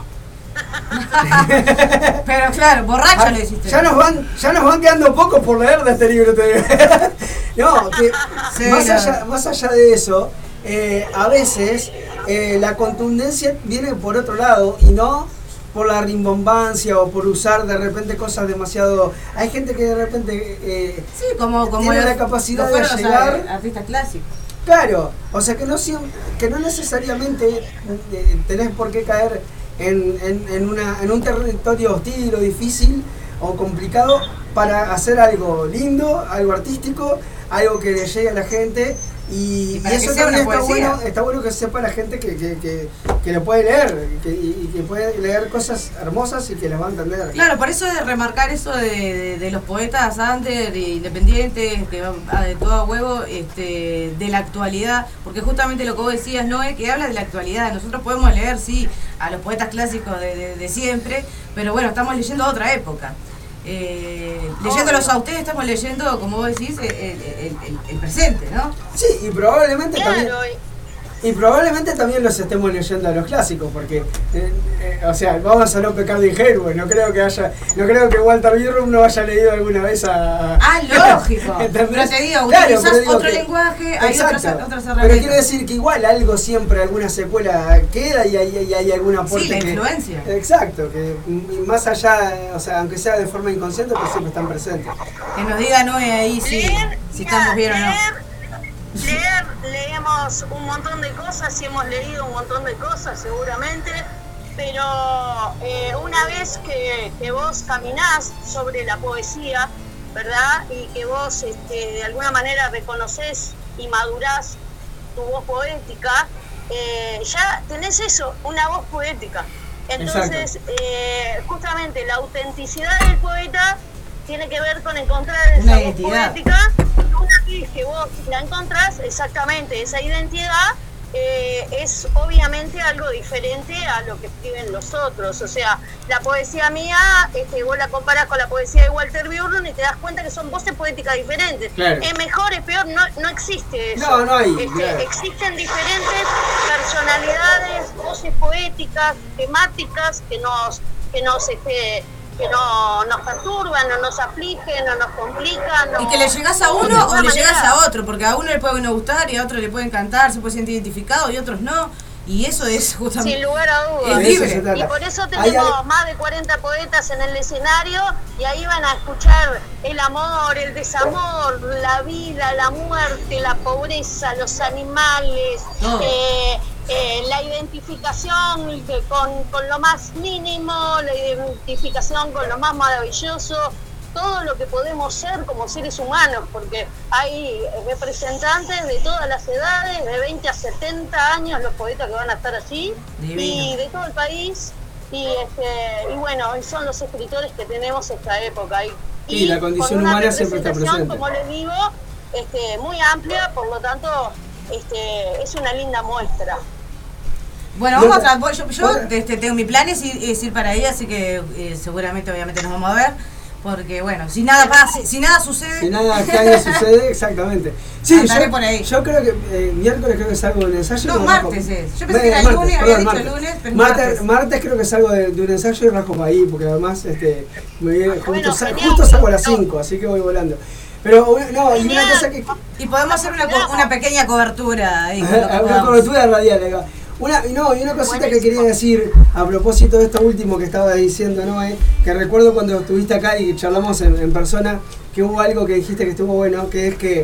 Pero claro, borracho ah, lo hiciste. Ya nos van, ya nos van quedando pocos por leer de este libro. No, que sí, más, no. allá, más allá de eso, eh, a veces eh, la contundencia viene por otro lado y no por la rimbombancia o por usar de repente cosas demasiado... Hay gente que de repente eh, sí, como, como tiene los, la capacidad los de llegar... artistas clásicos. Claro, o sea que no, que no necesariamente eh, tenés por qué caer en, en, en, una, en un territorio hostil o difícil o complicado para hacer algo lindo, algo artístico, algo que le llegue a la gente. Y, y, para y eso que sea también una está poesía. bueno, está bueno que sepa la gente que, que, que, que lo puede leer y que, y que puede leer cosas hermosas y que las va a entender. Claro, por eso de remarcar eso de, de, de los poetas under, de independientes, que va de todo a huevo, este, de la actualidad, porque justamente lo que vos decías, Noé, que habla de la actualidad. Nosotros podemos leer, sí, a los poetas clásicos de, de, de siempre, pero bueno, estamos leyendo otra época. Eh, leyéndolos a ustedes estamos leyendo, como vos decís, el, el, el, el presente, ¿no? Sí, y probablemente claro, también... Y probablemente también los estemos leyendo a los clásicos, porque, eh, eh, o sea, vamos a no pecar de ingenuos, no creo que haya, no creo que Walter Birrum no haya leído alguna vez a... Ah, lógico. Pero te digo, claro, utilizás otro que, lenguaje, hay otras, otras herramientas. Pero quiero decir que igual algo siempre, alguna secuela queda y hay, y hay algún aporte. Sí, la que, influencia. Exacto, que más allá, o sea, aunque sea de forma inconsciente, pues siempre están presentes. Que nos diga Noé ahí si, leer, si estamos bien o no. Leer, leemos un montón de cosas y hemos leído un montón de cosas seguramente, pero eh, una vez que, que vos caminás sobre la poesía, ¿verdad? Y que vos este, de alguna manera reconoces y madurás tu voz poética, eh, ya tenés eso, una voz poética. Entonces, eh, justamente la autenticidad del poeta tiene que ver con encontrar esa una voz identidad. poética. Una vez que vos la encontrás, exactamente esa identidad, eh, es obviamente algo diferente a lo que escriben los otros. O sea, la poesía mía, este, vos la comparás con la poesía de Walter Birrum y te das cuenta que son voces poéticas diferentes. Claro. Es mejor, es peor, no, no existe eso. No, no hay. Este, Claro. Existen diferentes personalidades, voces poéticas, temáticas que nos, que nos este, que no nos perturban, no nos afligen, no nos complican. No, y que le llegás a uno o le llegás a otro, porque a uno le puede no gustar y a otro le puede encantar, se puede sentir identificado y otros no. Y eso es justamente... Sin lugar a dudas. Es libre. Y por eso tenemos más de cuarenta poetas en el escenario y ahí van a escuchar el amor, el desamor, la vida, la muerte, la pobreza, los animales, no. eh, eh, la identificación con, con lo más mínimo, la identificación con lo más maravilloso, todo lo que podemos ser como seres humanos, porque hay representantes de todas las edades, de veinte a setenta años, los poetas que van a estar allí, Divino. Y de todo el país, y este y bueno, son los escritores que tenemos esta época. Y, Sí, y la condición con una humana siempre está representación, presente. como les digo, este, muy amplia, por lo tanto, este, es una linda muestra. Bueno, vamos a tra- yo, yo este, tengo mi plan es ir, es ir para ahí, así que eh, seguramente obviamente nos vamos a ver. Porque bueno, si nada pasa, si nada sucede. Si nada que haya sucede, exactamente. Sí, yo, por ahí. yo creo que eh, miércoles creo que salgo de un ensayo. No, y martes rajo. es. Yo pensé que era martes, lunes, perdón, había martes. dicho lunes, pero martes, martes. martes creo que salgo de, de un ensayo y rajo para ahí, porque además este, me viene, justo, Bueno, sa- genial, justo salgo a las no. cinco, así que voy volando. Pero no, y una cosa que... Y podemos hacer una, co- una pequeña cobertura ahí. cuando Una podamos. cobertura radial acá. Una, no, y una cosita que quería decir a propósito de esto último que estaba diciendo, ¿no? Eh, que recuerdo cuando estuviste acá y charlamos en, en persona, que hubo algo que dijiste que estuvo bueno, que es que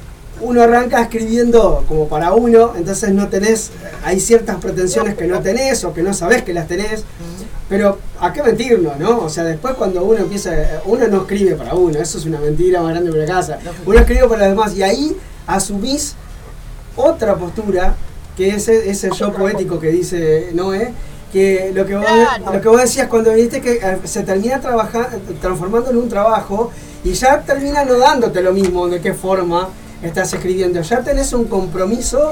uno arranca escribiendo como para uno, entonces no tenés, hay ciertas pretensiones que no tenés o que no sabés que las tenés, pero ¿a qué mentirnos, no? O sea, después cuando uno empieza, uno no escribe para uno, eso es una mentira más grande que una casa, uno escribe para los demás y ahí asumís otra postura, que es ese, ese yo poético que dice Noé, que lo que vos, Claro. lo que vos decías cuando viniste que eh, se termina trabaja, transformando en un trabajo y ya termina no dándote lo mismo de qué forma estás escribiendo, ya tenés un compromiso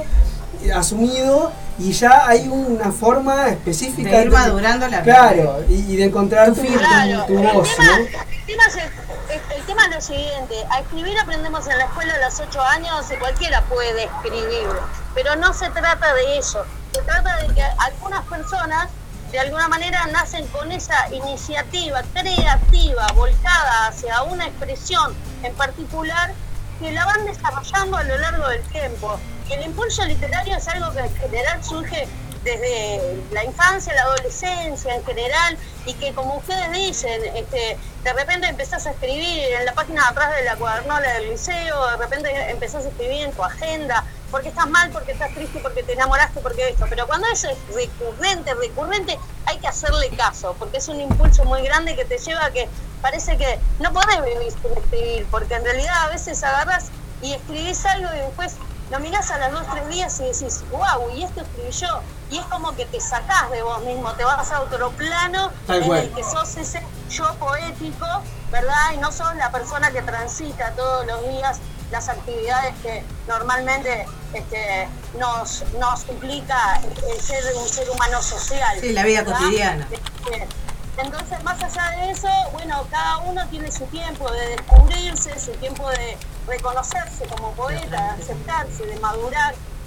asumido y ya hay una forma específica De ir madurando la claro, y, y de encontrar tu, tu, Claro, tu el voz, tema, ¿no? el tema es el, el tema es lo siguiente, a escribir aprendemos en la escuela a los ocho años y cualquiera puede escribir, pero no se trata de eso, se trata de que algunas personas de alguna manera nacen con esa iniciativa creativa volcada hacia una expresión en particular que la van desarrollando a lo largo del tiempo. El impulso literario es algo que en general surge desde la infancia, la adolescencia en general, y que como ustedes dicen, este, de repente empezás a escribir en la página de atrás de la cuadernola del liceo, de repente empezás a escribir en tu agenda, porque estás mal, porque estás triste, porque te enamoraste, porque esto. Pero cuando eso es recurrente, recurrente, hay que hacerle caso, porque es un impulso muy grande que te lleva a que parece que no podés vivir sin escribir, porque en realidad a veces agarras y escribís algo y después lo mirás a los dos, tres días y decís, wow, y esto escribí yo. Y es como que te sacás de vos mismo, te vas a otro plano Tal en cual. el que sos ese yo poético, ¿verdad? Y no sos la persona que transita todos los días las actividades que normalmente este, nos, nos implica el ser un ser humano social. Sí, la vida ¿verdad? cotidiana. Este, Entonces, más allá de eso, bueno, cada uno tiene su tiempo de descubrirse, su tiempo de reconocerse como poeta, de aceptarse, de madurar.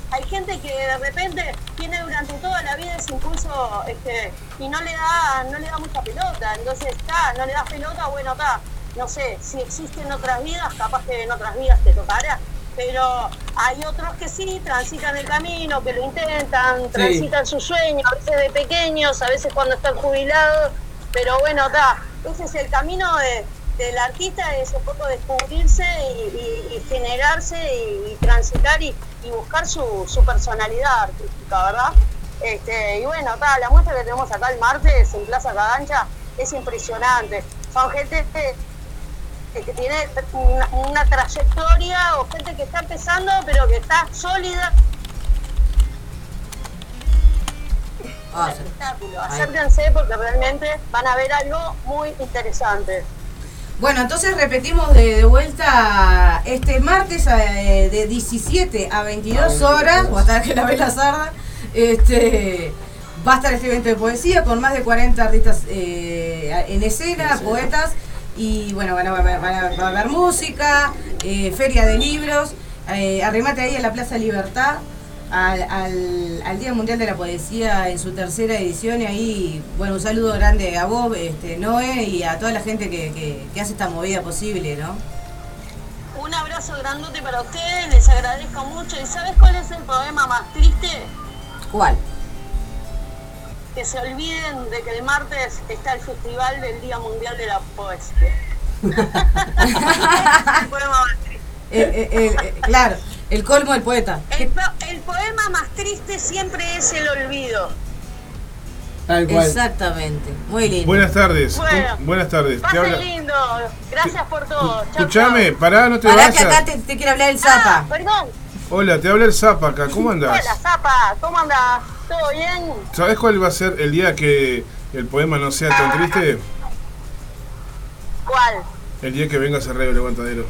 hay gente que de repente tiene durante toda la vida ese impulso este, y no le da no le da mucha pelota, entonces está, no le das pelota, bueno, está, no sé, si existen otras vidas, capaz que en otras vidas te tocará, pero hay otros que sí, transitan el camino, que lo intentan, sí. transitan sus sueños, a veces de pequeños, a veces cuando están jubilados, pero bueno, está, ese es el camino de del artista, es un poco descubrirse y, y, y generarse y, y transitar y, y buscar su, su personalidad artística, ¿verdad? Este, y bueno, ta, la muestra que tenemos acá el martes en Plaza Cagancha es impresionante. Son gente que, que tiene una, una trayectoria o gente que está empezando pero que está sólida. Ah, un espectáculo. Acérquense porque realmente van a ver algo muy interesante. Bueno, entonces repetimos de, de vuelta este martes eh, de diecisiete a veintidós horas, o hasta que la vela sarda, este, va a estar este evento de poesía con más de cuarenta artistas eh, en escena, poetas, y bueno, van a, van a, van a haber música, eh, feria de libros, eh, arrimate ahí a la Plaza Libertad, al, al, al Día Mundial de la Poesía en su tercera edición, y ahí, bueno, un saludo grande a vos, este, Noé, y a toda la gente que, que, que hace esta movida posible, ¿no? Un abrazo grandote para ustedes, les agradezco mucho. ¿Y sabes cuál es el poema más triste? ¿Cuál? Que se olviden de que el martes está el Festival del Día Mundial de la Poesía. El poema más triste. El, el, el, el, claro. El colmo del poeta. El, el poema más triste siempre es el olvido. Tal cual. Exactamente. Muy lindo. Buenas tardes. Bueno, Buenas tardes. Pasen habla... lindo. Gracias por todo. Escuchame, pará, no te pará vayas. que acá te, te quiere hablar el Zapa. Ah, perdón. Hola, te habla el Zapa acá. ¿Cómo andás? Hola, Zapa. ¿Cómo andás? ¿Todo bien? ¿Sabés cuál va a ser el día que el poema no sea tan triste? ¿Cuál? El día que venga Cerreo el Aguantadero.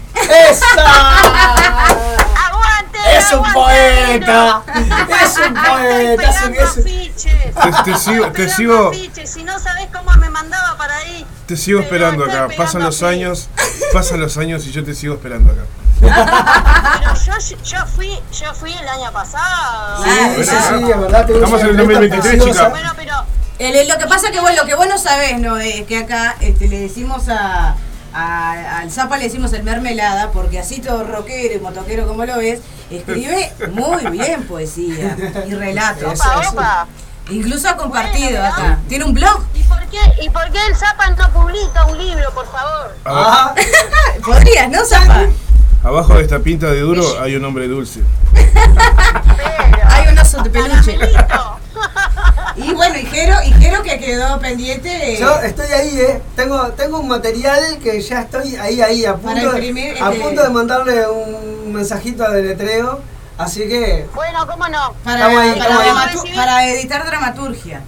¡Esa! ¡Aguante! ¡Es un poeta! ¡Es un poeta! Es un Te, te sigo, te sigo. Si no sabés cómo me mandaba para ahí. Te sigo esperando acá. Pasan los años, pasan los años y yo te sigo esperando acá. Pero yo, yo fui, yo fui el año pasado. Sí, sí, sí, sí, es verdad. Estamos en el dos mil veintitrés, chica. Bueno, pero el, lo que pasa que vos, lo que vos no sabés, no, es que acá este, le decimos a A, al Zapa le decimos el mermelada, porque así todo rockero y motoquero como lo ves, escribe muy bien poesía y relatos. Opa, opa. Incluso ha compartido bueno, acá. Tiene un blog. ¿Y por qué, y por qué el Zapa no publica un libro, por favor? Ah. Podrías, ¿no, Zapa? Abajo de esta pinta de duro hay un hombre dulce. Pero, hay un oso de peluche. Y bueno, y Jero, y Jero que quedó pendiente de... Yo estoy ahí, eh. Tengo, tengo un material que ya estoy ahí, ahí, a punto, imprimir, de, a este... punto de mandarle un mensajito de letreo. Así que... Bueno, ¿cómo no? Para, ahí, para, ahí. para editar dramaturgia.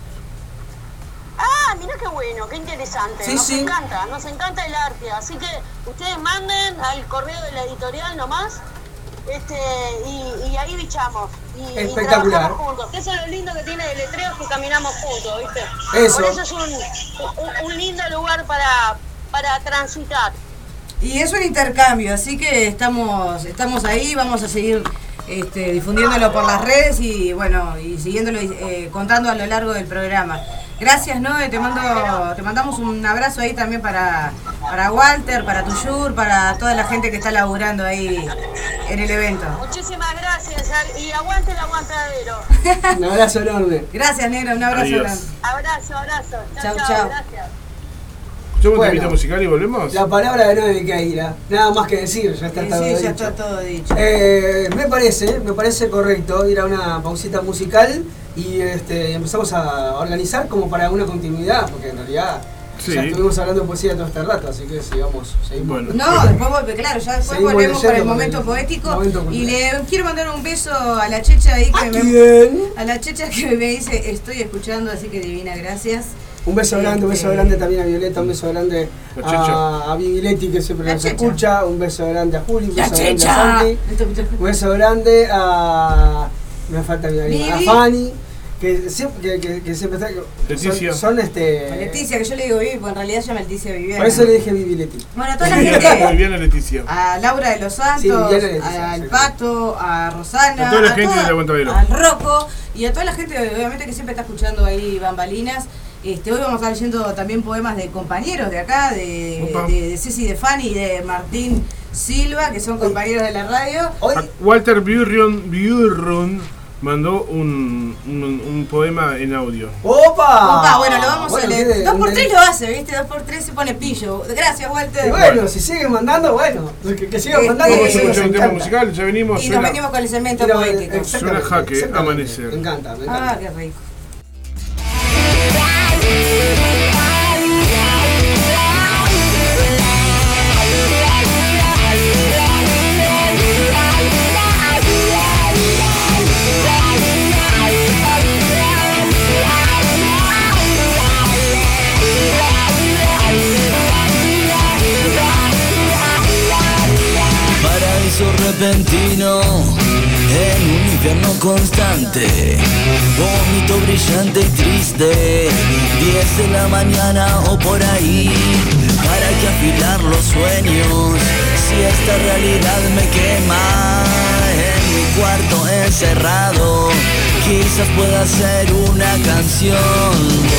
Ah, mira qué bueno, qué interesante. Sí, nos sí. encanta, nos encanta el arte. Así que ustedes manden al correo de la editorial nomás. Este, y, y ahí bichamos y, espectacular. Y trabajamos juntos. Eso es lo lindo que tiene el letreo, es que caminamos juntos, ¿viste? Eso. Por eso es un, un, un lindo lugar para, para transitar. Y es un intercambio, así que estamos estamos ahí, vamos a seguir este, difundiéndolo por las redes y bueno, y siguiéndolo eh, contando a lo largo del programa. Gracias, Noé, te mando, te mandamos un abrazo ahí también para, para Walter, para Tuyur, para toda la gente que está laburando ahí en el evento. Muchísimas gracias y aguante el aguantadero. Un abrazo enorme. Gracias, negro, un abrazo Adiós. grande. Abrazo, abrazo. Chau, Chau, chau. Gracias. ¿Yo Bueno. un temita musical y volvemos? La palabra de Noé Viqueira. Nada más que decir, ya está Sí, todo sí, dicho. ya está todo dicho. Eh, me parece, me parece correcto ir a una pausita musical y este, empezamos a organizar como para una continuidad, porque en realidad Sí. ya estuvimos hablando de poesía todo este rato, así que sigamos, seguimos. Bueno. No, después volve, claro, ya después Seguimos volvemos leyendo para el con momento el poético. momento Y cultural. le quiero mandar un beso a la checha ahí que ¿A me, quién? a la checha que me dice estoy escuchando, así que divina, gracias. Un beso grande, un beso Este- grande también a Violeta, un beso grande La Checha. a, a Viviletti que siempre La nos Checha. escucha, un beso grande a Juli, un La beso grande a checha. Santi, un beso grande a... me falta mi amiga, a Vivi. Fanny. Que siempre, que, que, que siempre está. Leticia. Son, son este. Leticia, que yo le digo Vivi, porque en realidad se llama Leticia Viviana. Por eso le dije Vivi Leti. Bueno, a toda la gente. Viviana Leticia. A Laura de los Santos, Sí, Viviana Leticia, al sí. Pato, a Rosana, A toda la a gente toda- del Aguantadero. al Rocco y a toda la gente, obviamente, que siempre está escuchando ahí bambalinas. Este, hoy vamos a estar leyendo también poemas de compañeros de acá, de, Opa. de, de Ceci de Fanny y de Martín Silva, que son compañeros de la radio. Hoy, Walter Burron, Burron mandó un, un, un poema en audio. ¡Opa! Opa, bueno, lo vamos Bueno, a leer. mire, Dos por un- tres lo hace, ¿viste? Dos por tres se pone pillo. Gracias, Walter. Y bueno, si siguen mandando, bueno, que, que sigan Este, mandando. Vamos a que nos escuchar un tema encanta. musical, ya venimos. Y nos suena, venimos con el segmento Quiero- poético. exactamente, Suena Jaque, exactamente. Amanecer. Me encanta, me encanta. Ah, qué rico. Paraíso repentino en un infierno constante, vómito brillante y triste, diez de la mañana o por ahí. ¿Para qué afilar los sueños si esta realidad me quema? En mi cuarto encerrado, quizás pueda ser una canción.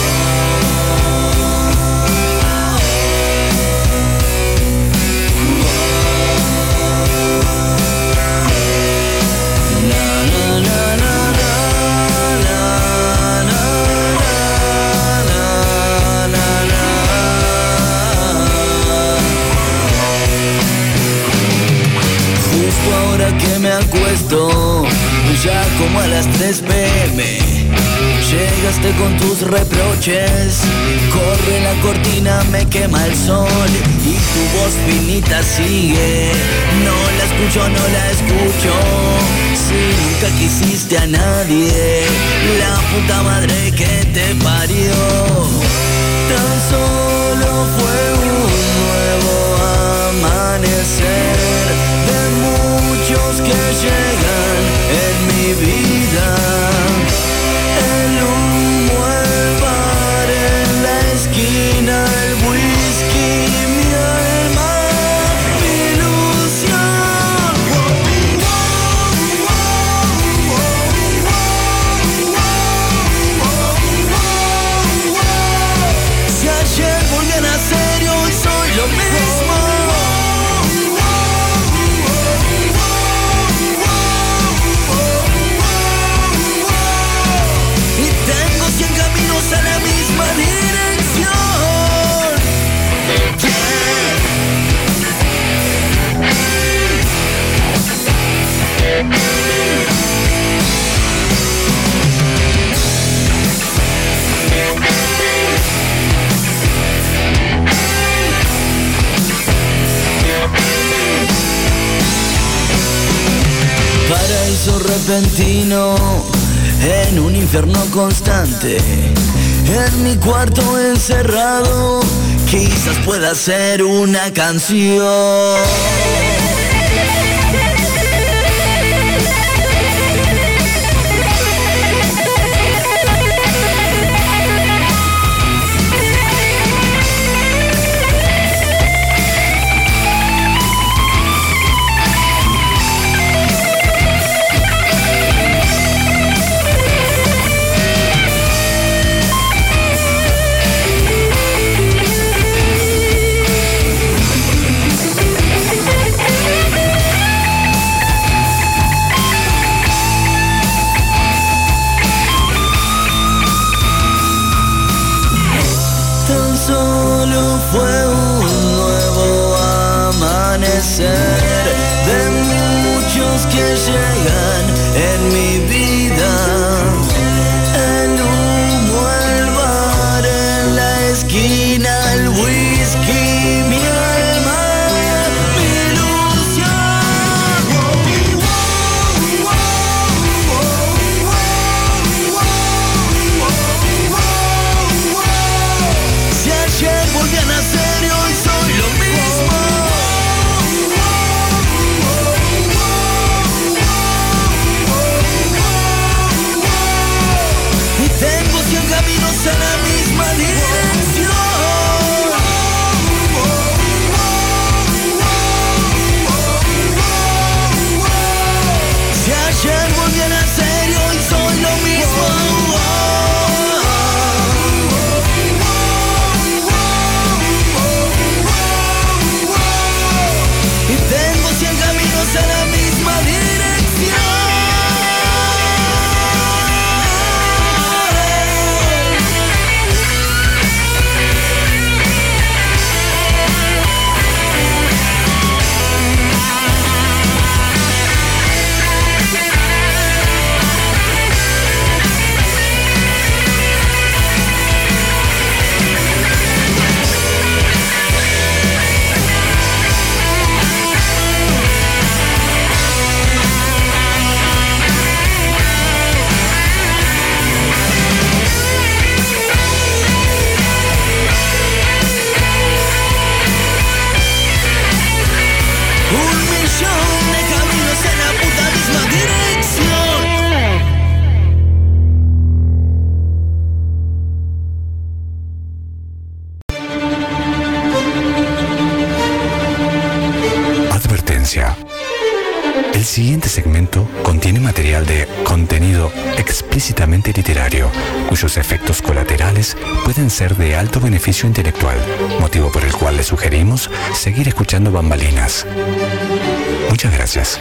Justo ahora que me acuesto, ya como a las tres pe eme, llegaste con tus reproches, corre la cortina, me quema el sol y tu voz finita sigue, no la escucho, no la escucho. Si nunca quisiste a nadie, la puta madre que te parió, tan solo fue un nuevo amanecer de muchos que llegan en mi vida. El humo, el bar en la esquina, el whisky, mi alma, mi ilusión. Si ayer volví a nacer y hoy soy lo mismo. Y tengo cien caminos a la misma dirección. Paraíso repentino en un infierno constante, en mi cuarto encerrado, quizás pueda ser una canción. Tan solo fue un nuevo amanecer de muchos que llegan en mi vida. El humo, el bar en la esquina, el whisky, mi alma, mi ilusión. Si ayer volví a nacer y hoy soy lo mismo. siguiente segmento contiene material de contenido explícitamente literario, cuyos efectos colaterales pueden ser de alto beneficio intelectual, motivo por el cual le sugerimos seguir escuchando Bambalinas. Muchas gracias.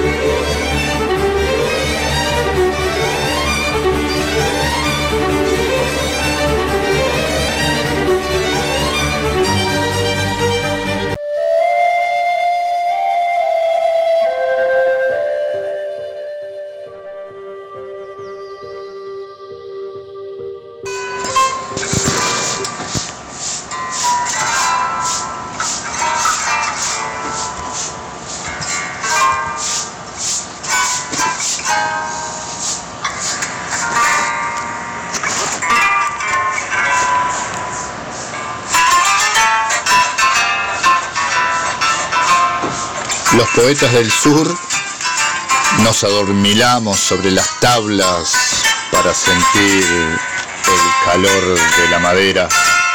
Los poetas del sur nos adormilamos sobre las tablas para sentir el calor de la madera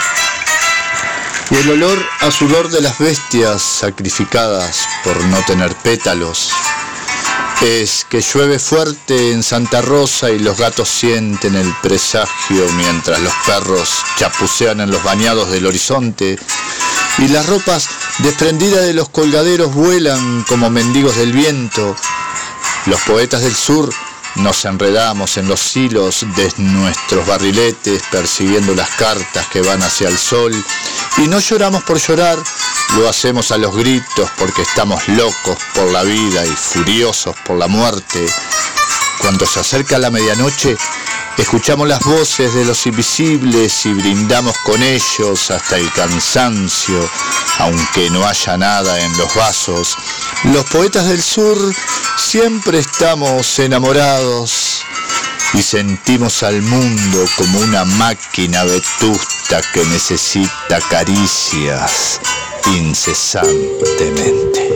y el olor a sudor de las bestias sacrificadas por no tener pétalos. Es que llueve fuerte en Santa Rosa y los gatos sienten el presagio mientras los perros chapucean en los bañados del horizonte y las ropas desprendidas de los colgaderos vuelan como mendigos del viento. Los poetas del sur nos enredamos en los hilos de nuestros barriletes persiguiendo las cartas que van hacia el sol y no lloramos por llorar, lo hacemos a los gritos porque estamos locos por la vida y furiosos por la muerte. Cuando se acerca la medianoche, escuchamos las voces de los invisibles y brindamos con ellos hasta el cansancio, aunque no haya nada en los vasos. Los poetas del sur siempre estamos enamorados y sentimos al mundo como una máquina vetusta que necesita caricias incesantemente.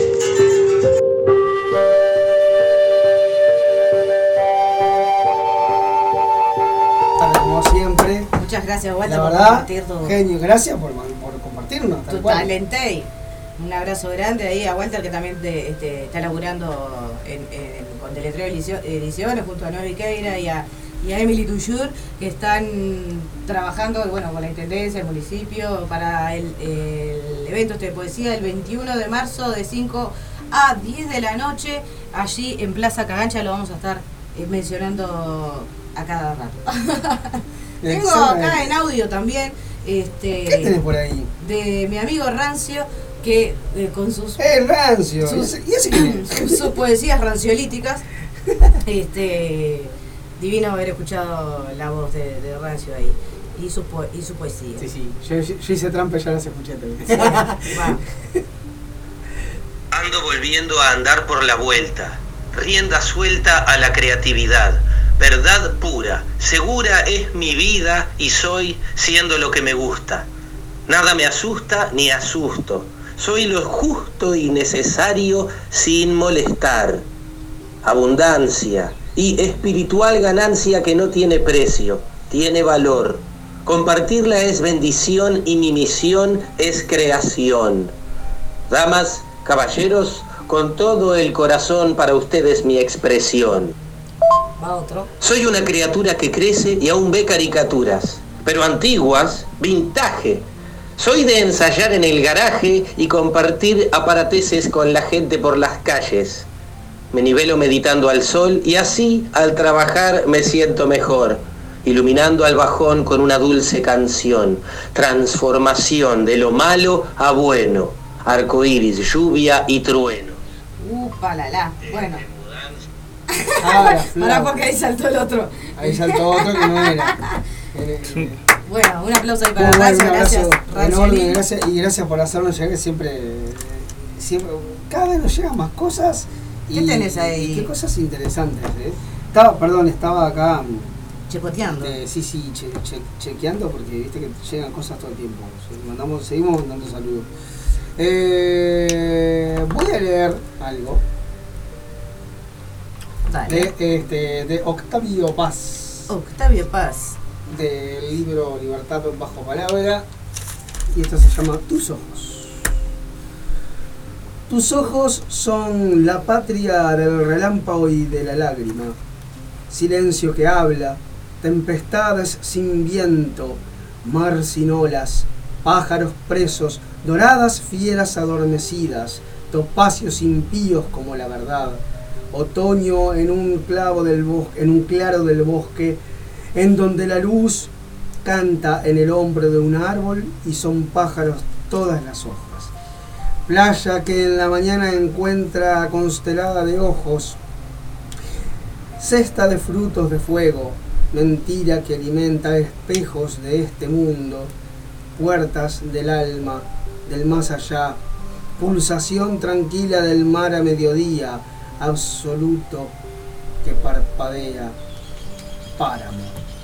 Muchas gracias, Walter, la por verdad, compartir tu, genio, gracias por, por compartirnos. tu talente. Un abrazo grande ahí a Walter, que también te, este, está laburando en, en, con Teletreo Ediciones junto a Noé Viqueira y a, y a Emily Tuyur, que están trabajando bueno, con la Intendencia, el municipio, para el, el evento este de poesía el veintiuno de marzo de cinco a diez de la noche, allí en Plaza Cagancha. Lo vamos a estar eh, mencionando a cada rato. Tengo acá en audio también este, ¿qué tenés por ahí? De mi amigo Rancio, que eh, con sus, ¡Eh, Rancio! sus, ¿Y ese quién es? sus, sus poesías ranciolíticas. este, divino haber escuchado la voz de, de Rancio ahí y su, po, y su poesía. Sí, sí, yo, yo, yo hice trampa y ya las escuché también. Sí. Ando volviendo a andar por la vuelta, rienda suelta a la creatividad. Verdad pura, segura es mi vida y soy siendo lo que me gusta. Nada me asusta ni asusto. Soy lo justo y necesario sin molestar. Abundancia y espiritual ganancia que no tiene precio, tiene valor. Compartirla es bendición y mi misión es creación. Damas, caballeros, con todo el corazón para ustedes mi expresión. Va otro. Soy una criatura que crece y aún ve caricaturas, pero antiguas, vintage. Soy de ensayar en el garaje y compartir aparateces con la gente por las calles. Me nivelo meditando al sol y así, al trabajar, me siento mejor, iluminando al bajón con una dulce canción. Transformación de lo malo a bueno, arcoíris, lluvia y truenos. Upa, la la. Bueno. Ah, Pará porque ahí saltó el otro. Ahí saltó otro que no era. Bueno, un aplauso ahí para Rancio, Rancio, gracias. Enorme, gracias. Y gracias por hacernos llegar, que siempre, siempre, cada vez nos llegan más cosas. ¿Qué y, tenés ahí? Y qué cosas interesantes, ¿eh? Estaba, perdón, estaba acá checoteando. Eh, sí, sí, che, che, chequeando porque viste que llegan cosas todo el tiempo. Mandamos, seguimos mandando saludos. Eh, voy a leer algo. Dale. De, este, de Octavio Paz. Octavio Paz. Del libro Libertad bajo palabra. Y esto se llama Tus ojos. Tus ojos son la patria del relámpago y de la lágrima, silencio que habla, tempestades sin viento, mar sin olas, pájaros presos, doradas fieras adormecidas, topacios impíos como la verdad, otoño en un clavo del bosque, en un claro del bosque, en donde la luz canta en el hombro de un árbol y son pájaros todas las hojas. Playa que en la mañana encuentra constelada de ojos, cesta de frutos de fuego, mentira que alimenta espejos de este mundo, puertas del alma, del más allá, pulsación tranquila del mar a mediodía, absoluto que parpadea, páramo.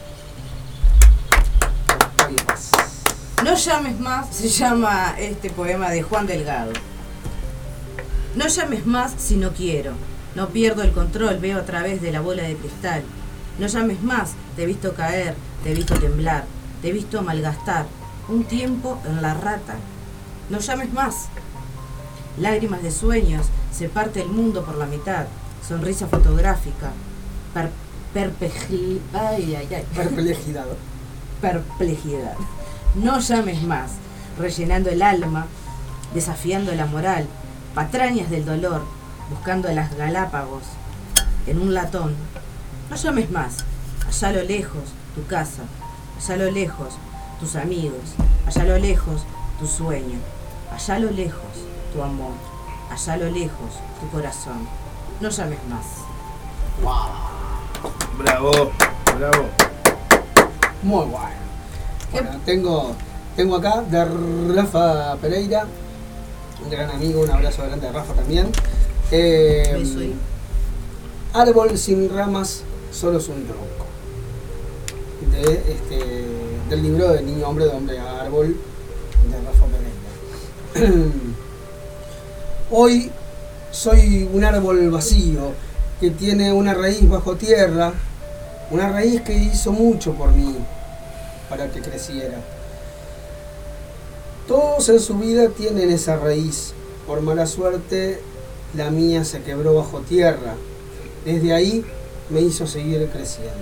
No llames más, se llama este poema de Juan Delgado. No llames más si no quiero. No pierdo el control, veo a través de la bola de cristal. No llames más, te he visto caer, te he visto temblar, te he visto malgastar un tiempo en la rata. No llames más. Lágrimas de sueños, se parte el mundo por la mitad. Sonrisa fotográfica, per, perpejil, ay, ay, ay. Perplejidad. Perplejidad. No llames más, rellenando el alma, desafiando la moral, patrañas del dolor, buscando las Galápagos en un latón. No llames más, allá a lo lejos tu casa, allá a lo lejos tus amigos, allá a lo lejos tu sueño, allá a lo lejos tu amor, allá a lo lejos tu corazón. No llames más. Wow. Bravo, bravo. Muy bueno. Bueno, tengo, tengo acá de Rafa Pereira, un gran amigo, un abrazo grande de Rafa también. Eh, Árbol sin ramas, solo es un tronco. De, este, del libro de Niño Hombre de Hombre a Árbol, de Rafa Pereira. Hoy soy un árbol vacío, que tiene una raíz bajo tierra, una raíz que hizo mucho por mí, para que creciera. Todos en su vida tienen esa raíz. Por mala suerte, la mía se quebró bajo tierra. Desde ahí me hizo seguir creciendo.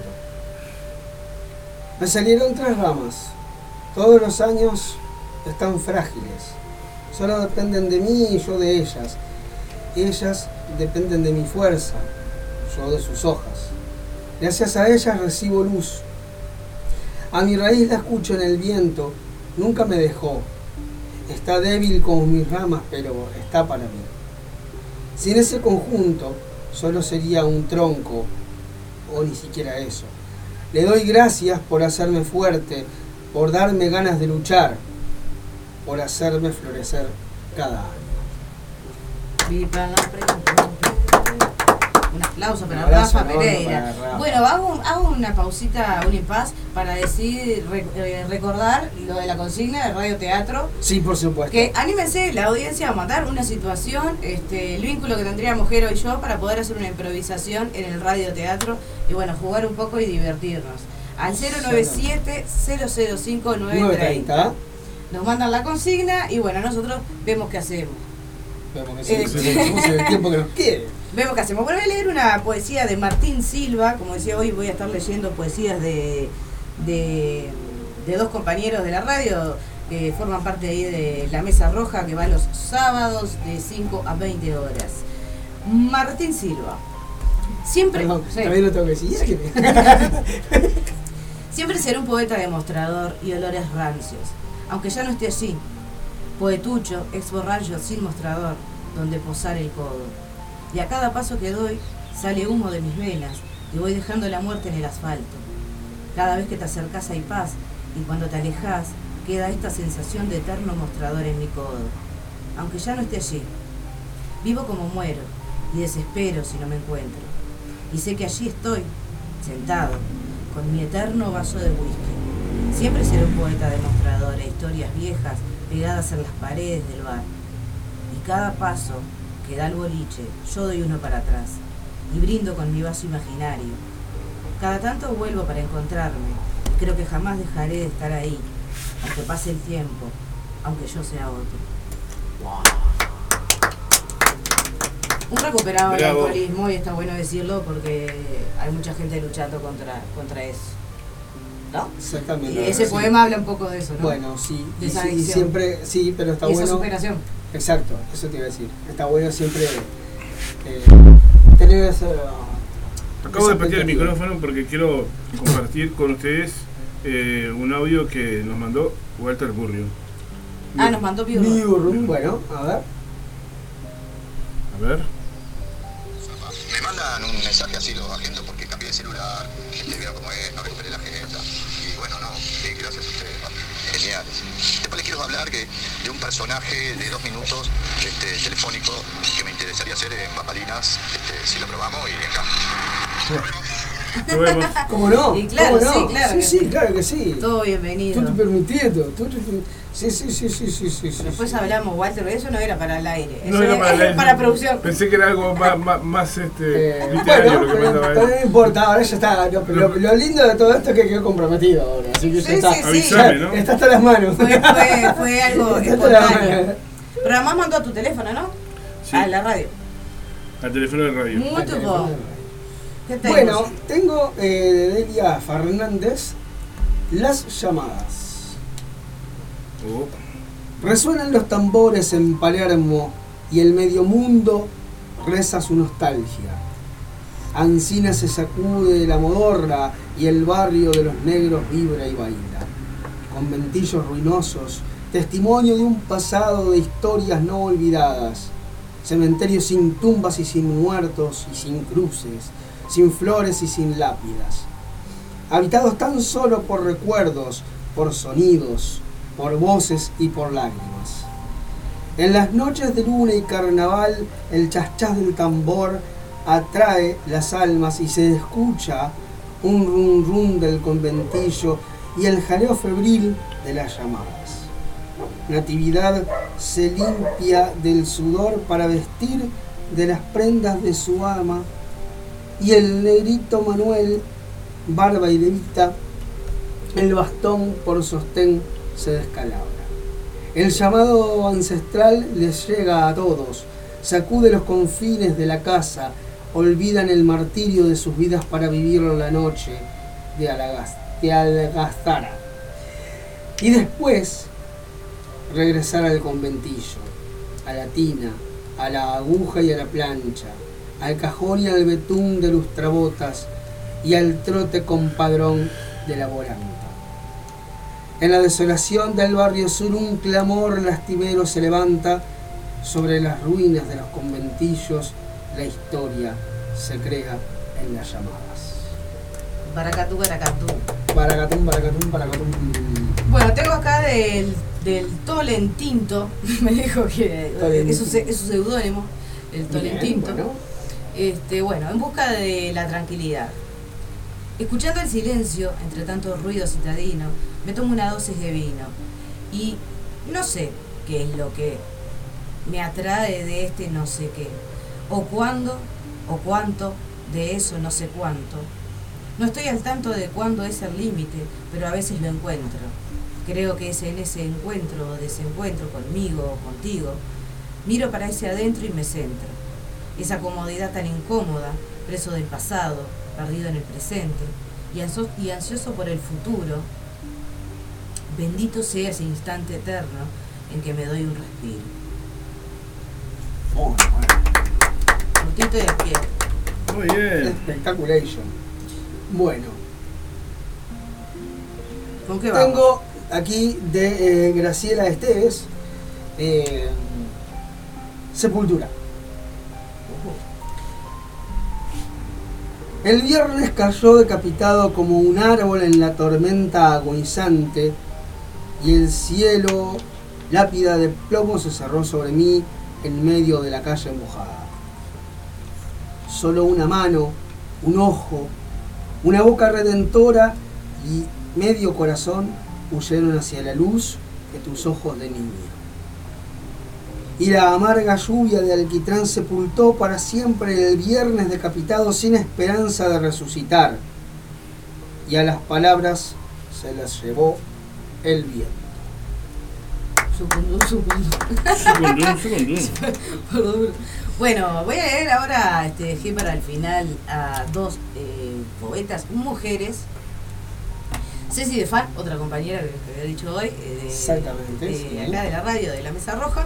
Me salieron tres ramas. Todos los años están frágiles. Solo dependen de mí y yo de ellas. Ellas dependen de mi fuerza, yo de sus hojas. Gracias a ellas recibo luz. A mi raíz la escucho en el viento, nunca me dejó. Está débil como mis ramas, pero está para mí. Sin ese conjunto, solo sería un tronco, o ni siquiera eso. Le doy gracias por hacerme fuerte, por darme ganas de luchar, por hacerme florecer cada año. Viva la pregunta. Un aplauso para Rafa Pereira. Para Rafa. Bueno, hago, hago una pausita, un impas, para decir, re, recordar lo de la consigna de Radio Teatro. Sí, por supuesto. Que anímense la audiencia a mandar una situación, este, el vínculo que tendríamos Jero y yo para poder hacer una improvisación en el Radio Teatro y bueno, jugar un poco y divertirnos. Al cero nueve siete, cero cero cinco, nueve tres cero. Nos mandan la consigna y bueno, nosotros vemos qué hacemos. Vemos que hacemos, este... el tiempo que nos quede. Vemos qué hacemos. Bueno, voy a leer una poesía de Martín Silva. Como decía, hoy voy a estar leyendo poesías de, de, de dos compañeros de la radio que forman parte ahí de la Mesa Roja, que va los sábados de cinco a veinte horas. Martín Silva. Siempre... Perdón, sí. También lo tengo que decir. Siempre seré un poeta demostrador y olores rancios, aunque ya no esté allí. Poetucho, ex borracho sin mostrador, donde posar el codo. Y a cada paso que doy, sale humo de mis venas y voy dejando la muerte en el asfalto. Cada vez que te acercas hay paz y cuando te alejas queda esta sensación de eterno mostrador en mi codo. Aunque ya no esté allí. Vivo como muero y desespero si no me encuentro. Y sé que allí estoy, sentado, con mi eterno vaso de whisky. Siempre seré un poeta demostrador e historias viejas pegadas en las paredes del bar. Y cada paso que da el boliche, yo doy uno para atrás y brindo con mi vaso imaginario. Cada tanto vuelvo para encontrarme y creo que jamás dejaré de estar ahí, aunque pase el tiempo, aunque yo sea otro. Un recuperado del Bravo. alcoholismo, y está bueno decirlo porque hay mucha gente luchando contra, contra eso. ¿No? Exactamente. Y ese sí. poema habla un poco de eso, ¿no? Bueno, sí. De Y, esa sí, y adicción. siempre, sí, pero está Y esa bueno. superación. Exacto, eso te iba a decir. Está bueno siempre eh, tener esa. Acabo de patear el micrófono porque quiero compartir con ustedes eh, un audio que nos mandó Walter Burrio. Ah, nos mandó Piurro. Piurro, bueno, a ver. A ver. Me mandan un mensaje así los agentes porque cambié de celular, este, vieron cómo es, no recuperé la agenda. Y bueno, no, sí, gracias a ustedes, geniales. Después les quiero hablar que, de un personaje de dos minutos este, telefónico que me interesaría hacer en Papalinas, este, si lo probamos y acá. Nos vemos. ¿Cómo no? Y claro, ¿Cómo no? sí, claro sí, que sí, sí. claro que sí. Todo bienvenido. Todo permitido. Todo, sí, sí, sí, sí, sí, sí. Después hablamos, Walter, eso no era para el aire. Eso No era para, el- para producción. Pensé que era algo más, más, más este, Eh, literario bueno, lo que pero, mandaba pero él. no importa, ahora ya está. Lo, lo, lo lindo de todo esto es que quedó comprometido ahora. Así que ya Sí, está. sí, sí. Avísame, ¿no? Está hasta las manos. Fue, fue, fue algo Está hasta las espontáneo. manos. Pero además mandó a tu teléfono, ¿no? Sí. A la radio. Al teléfono de radio. Muy tuvo. ¿Qué tenemos? Bueno, tengo eh, de Delia Fernández Las llamadas. Oh. Resuenan los tambores en Palermo y el medio mundo reza su nostalgia. Ancina se sacude la modorra y el barrio de los negros vibra y baila. Conventillos ruinosos, testimonio de un pasado de historias no olvidadas. Cementerios sin tumbas y sin muertos y sin cruces, sin flores y sin lápidas. Habitados tan solo por recuerdos, por sonidos, por voces y por lágrimas. En las noches de luna y carnaval, el chachás del tambor atrae las almas y se escucha un rum rum del conventillo y el jaleo febril de las llamadas. Natividad se limpia del sudor para vestir de las prendas de su ama y el negrito Manuel, barba y levita, el bastón por sostén se descalabra. El llamado ancestral les llega a todos, sacude los confines de la casa, olvidan el martirio de sus vidas para vivir la noche de, Alagas, de Algazara. Y después regresar al conventillo, a la tina, a la aguja y a la plancha, al cajón y al betún de lustrabotas y al trote compadrón de la volanta. En la desolación del barrio sur un clamor lastimero se levanta sobre las ruinas de los conventillos, la historia se crea en las llamadas. Baracatú, baracatú. Baracatún, baracatún, baracatún. Bueno, tengo acá del, del Tolentinto, me dijo que es su, es su seudónimo, el Tolentinto. Bien, bueno. Este, bueno, en busca de la tranquilidad. Escuchando el silencio, entre tantos ruidos citadinos, me tomo una dosis de vino. Y no sé qué es lo que me atrae de este no sé qué. O cuándo, o cuánto, de eso no sé cuánto. No estoy al tanto de cuándo es el límite, pero a veces lo encuentro. Creo que es en ese encuentro o desencuentro conmigo o contigo. Miro para ese adentro y me centro. Esa comodidad tan incómoda, preso del pasado, perdido en el presente, y, anso y ansioso por el futuro. Bendito sea ese instante eterno en que me doy un respiro. Bueno, bueno. Cortito y de pie. Muy bien. Espectaculation. Bueno. ¿Con qué vamos? Tengo aquí de eh, Graciela Esteves, eh, Sepultura. El viernes cayó decapitado como un árbol en la tormenta agonizante y el cielo, lápida de plomo, se cerró sobre mí en medio de la calle mojada. Solo una mano, un ojo, una boca redentora y medio corazón huyeron hacia la luz de tus ojos de niño. Y la amarga lluvia de alquitrán sepultó para siempre el viernes decapitado sin esperanza de resucitar. Y a las palabras se las llevó el viento. Sucundú, sucundú. Sucundú, sucundú. Perdón. Bueno, voy a leer ahora, este, dejé para el final a dos eh, poetas, mujeres. Ceci de Fan, otra compañera que te había dicho hoy, eh, de, Exactamente, de sí. acá de la radio, de la Mesa Roja.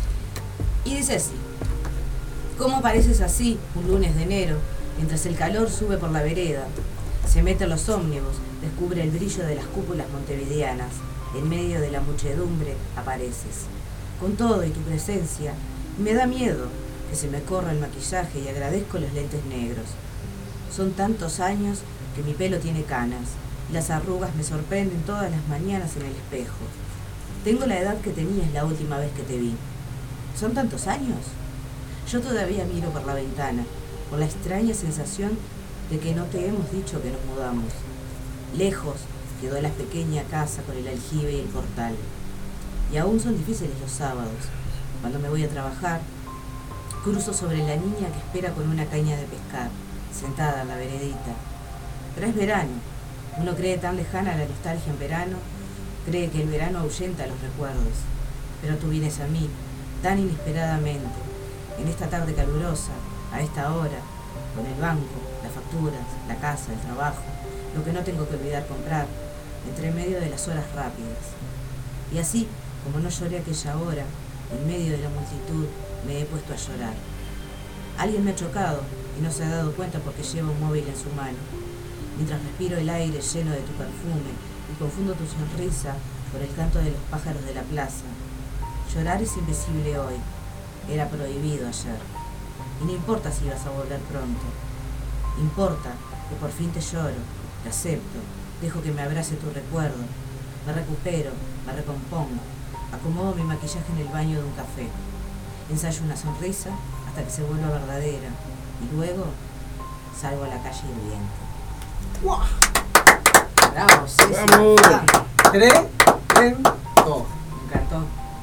Y dice así: ¿cómo pareces así un lunes de enero, mientras el calor sube por la vereda? Se meten los ómnibus, descubre el brillo de las cúpulas montevideanas. En medio de la muchedumbre apareces. Con todo y tu presencia, me da miedo que se me corra el maquillaje y agradezco los lentes negros. Son tantos años que mi pelo tiene canas. Las arrugas me sorprenden todas las mañanas en el espejo. Tengo la edad que tenías la última vez que te vi. ¿Son tantos años? Yo todavía miro por la ventana, con la extraña sensación de que no te hemos dicho que nos mudamos. Lejos quedó la pequeña casa con el aljibe y el portal. Y aún son difíciles los sábados. Cuando me voy a trabajar, cruzo sobre la niña que espera con una caña de pescar, sentada en la veredita. Pero es verano. Uno cree tan lejana la nostalgia en verano, cree que el verano ahuyenta los recuerdos. Pero tú vienes a mí, tan inesperadamente, en esta tarde calurosa, a esta hora, con el banco, las facturas, la casa, el trabajo, lo que no tengo que olvidar comprar, entre medio de las horas rápidas. Y así, como no lloré aquella hora, en medio de la multitud, me he puesto a llorar. Alguien me ha chocado y no se ha dado cuenta porque lleva un móvil en su mano. Mientras respiro el aire lleno de tu perfume y confundo tu sonrisa por el canto de los pájaros de la plaza. Llorar es invisible hoy. Era prohibido ayer. Y no importa si vas a volver pronto. Importa que por fin te lloro, te acepto, dejo que me abrace tu recuerdo. Me recupero, me recompongo. Acomodo mi maquillaje en el baño de un café. Ensayo una sonrisa hasta que se vuelva verdadera. Y luego salgo a la calle hirviente. ¡Wow! ¡Bravo! Sí, ¡vamos! Sí. Tremendo. Me encantó.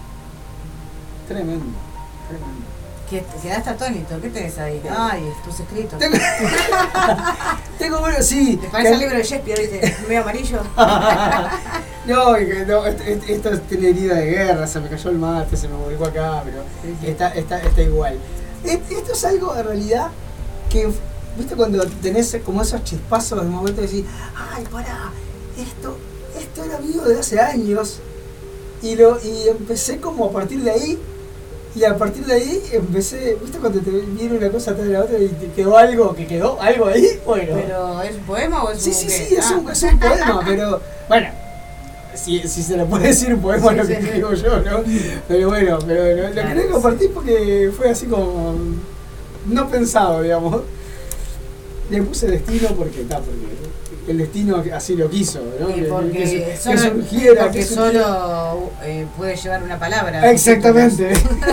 Tremendo. Tremendo. ¿Qué, te quedaste atónito? ¿Qué tenés ahí? Ay, tus escritos. Tengo, Tengo bueno, sí. ¿Te parece el libro de Shakespeare, viste? Medio amarillo. No, no, esto, esto tiene herida de guerra, se me cayó el mate, se me volvió acá, pero sí, sí. Está, está, está igual. Esto es algo en realidad que, viste, cuando tenés como esos chispazos de momento de decir, ay, pará, esto, esto era mío de hace años, y, lo, y empecé como a partir de ahí, y a partir de ahí empecé, viste, cuando te viene una cosa atrás de la otra y te quedó algo, que quedó algo ahí, bueno. ¿Pero es un poema o es sí, un Sí, qué? sí, sí, es, ah. un, es un poema, pero, bueno. Si, si se le puede decir un poema sí, lo que sí, digo sí. yo, ¿no? Pero bueno, pero lo, lo claro, quería compartir porque fue así como no pensado, digamos. Le puse destino porque está, porque el destino así lo quiso, ¿no? Y porque que, que, solo, que surgiera, porque que surgiera. solo eh, puede llevar una palabra. Exactamente.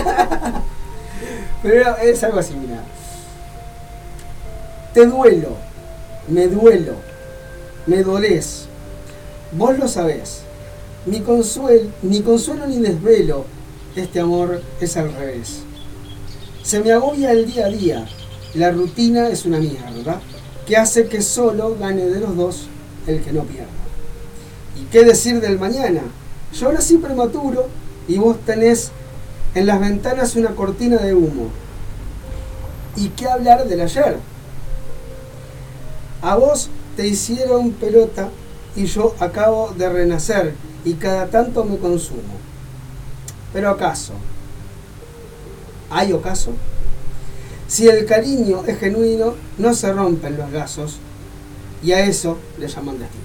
Pero era, es algo así, mira. Te duelo, me duelo, me dolés, vos lo sabés. Ni consuelo, ni consuelo ni desvelo, este amor es al revés. Se me agobia el día a día, la rutina es una mierda, que hace que solo gane de los dos el que no pierda. ¿Y qué decir del mañana? Yo nací prematuro y vos tenés en las ventanas una cortina de humo. ¿Y qué hablar del ayer? A vos te hicieron pelota y yo acabo de renacer y cada tanto me consumo. Pero acaso, ¿hay ocaso? Si el cariño es genuino, no se rompen los lazos y a eso le llaman destino.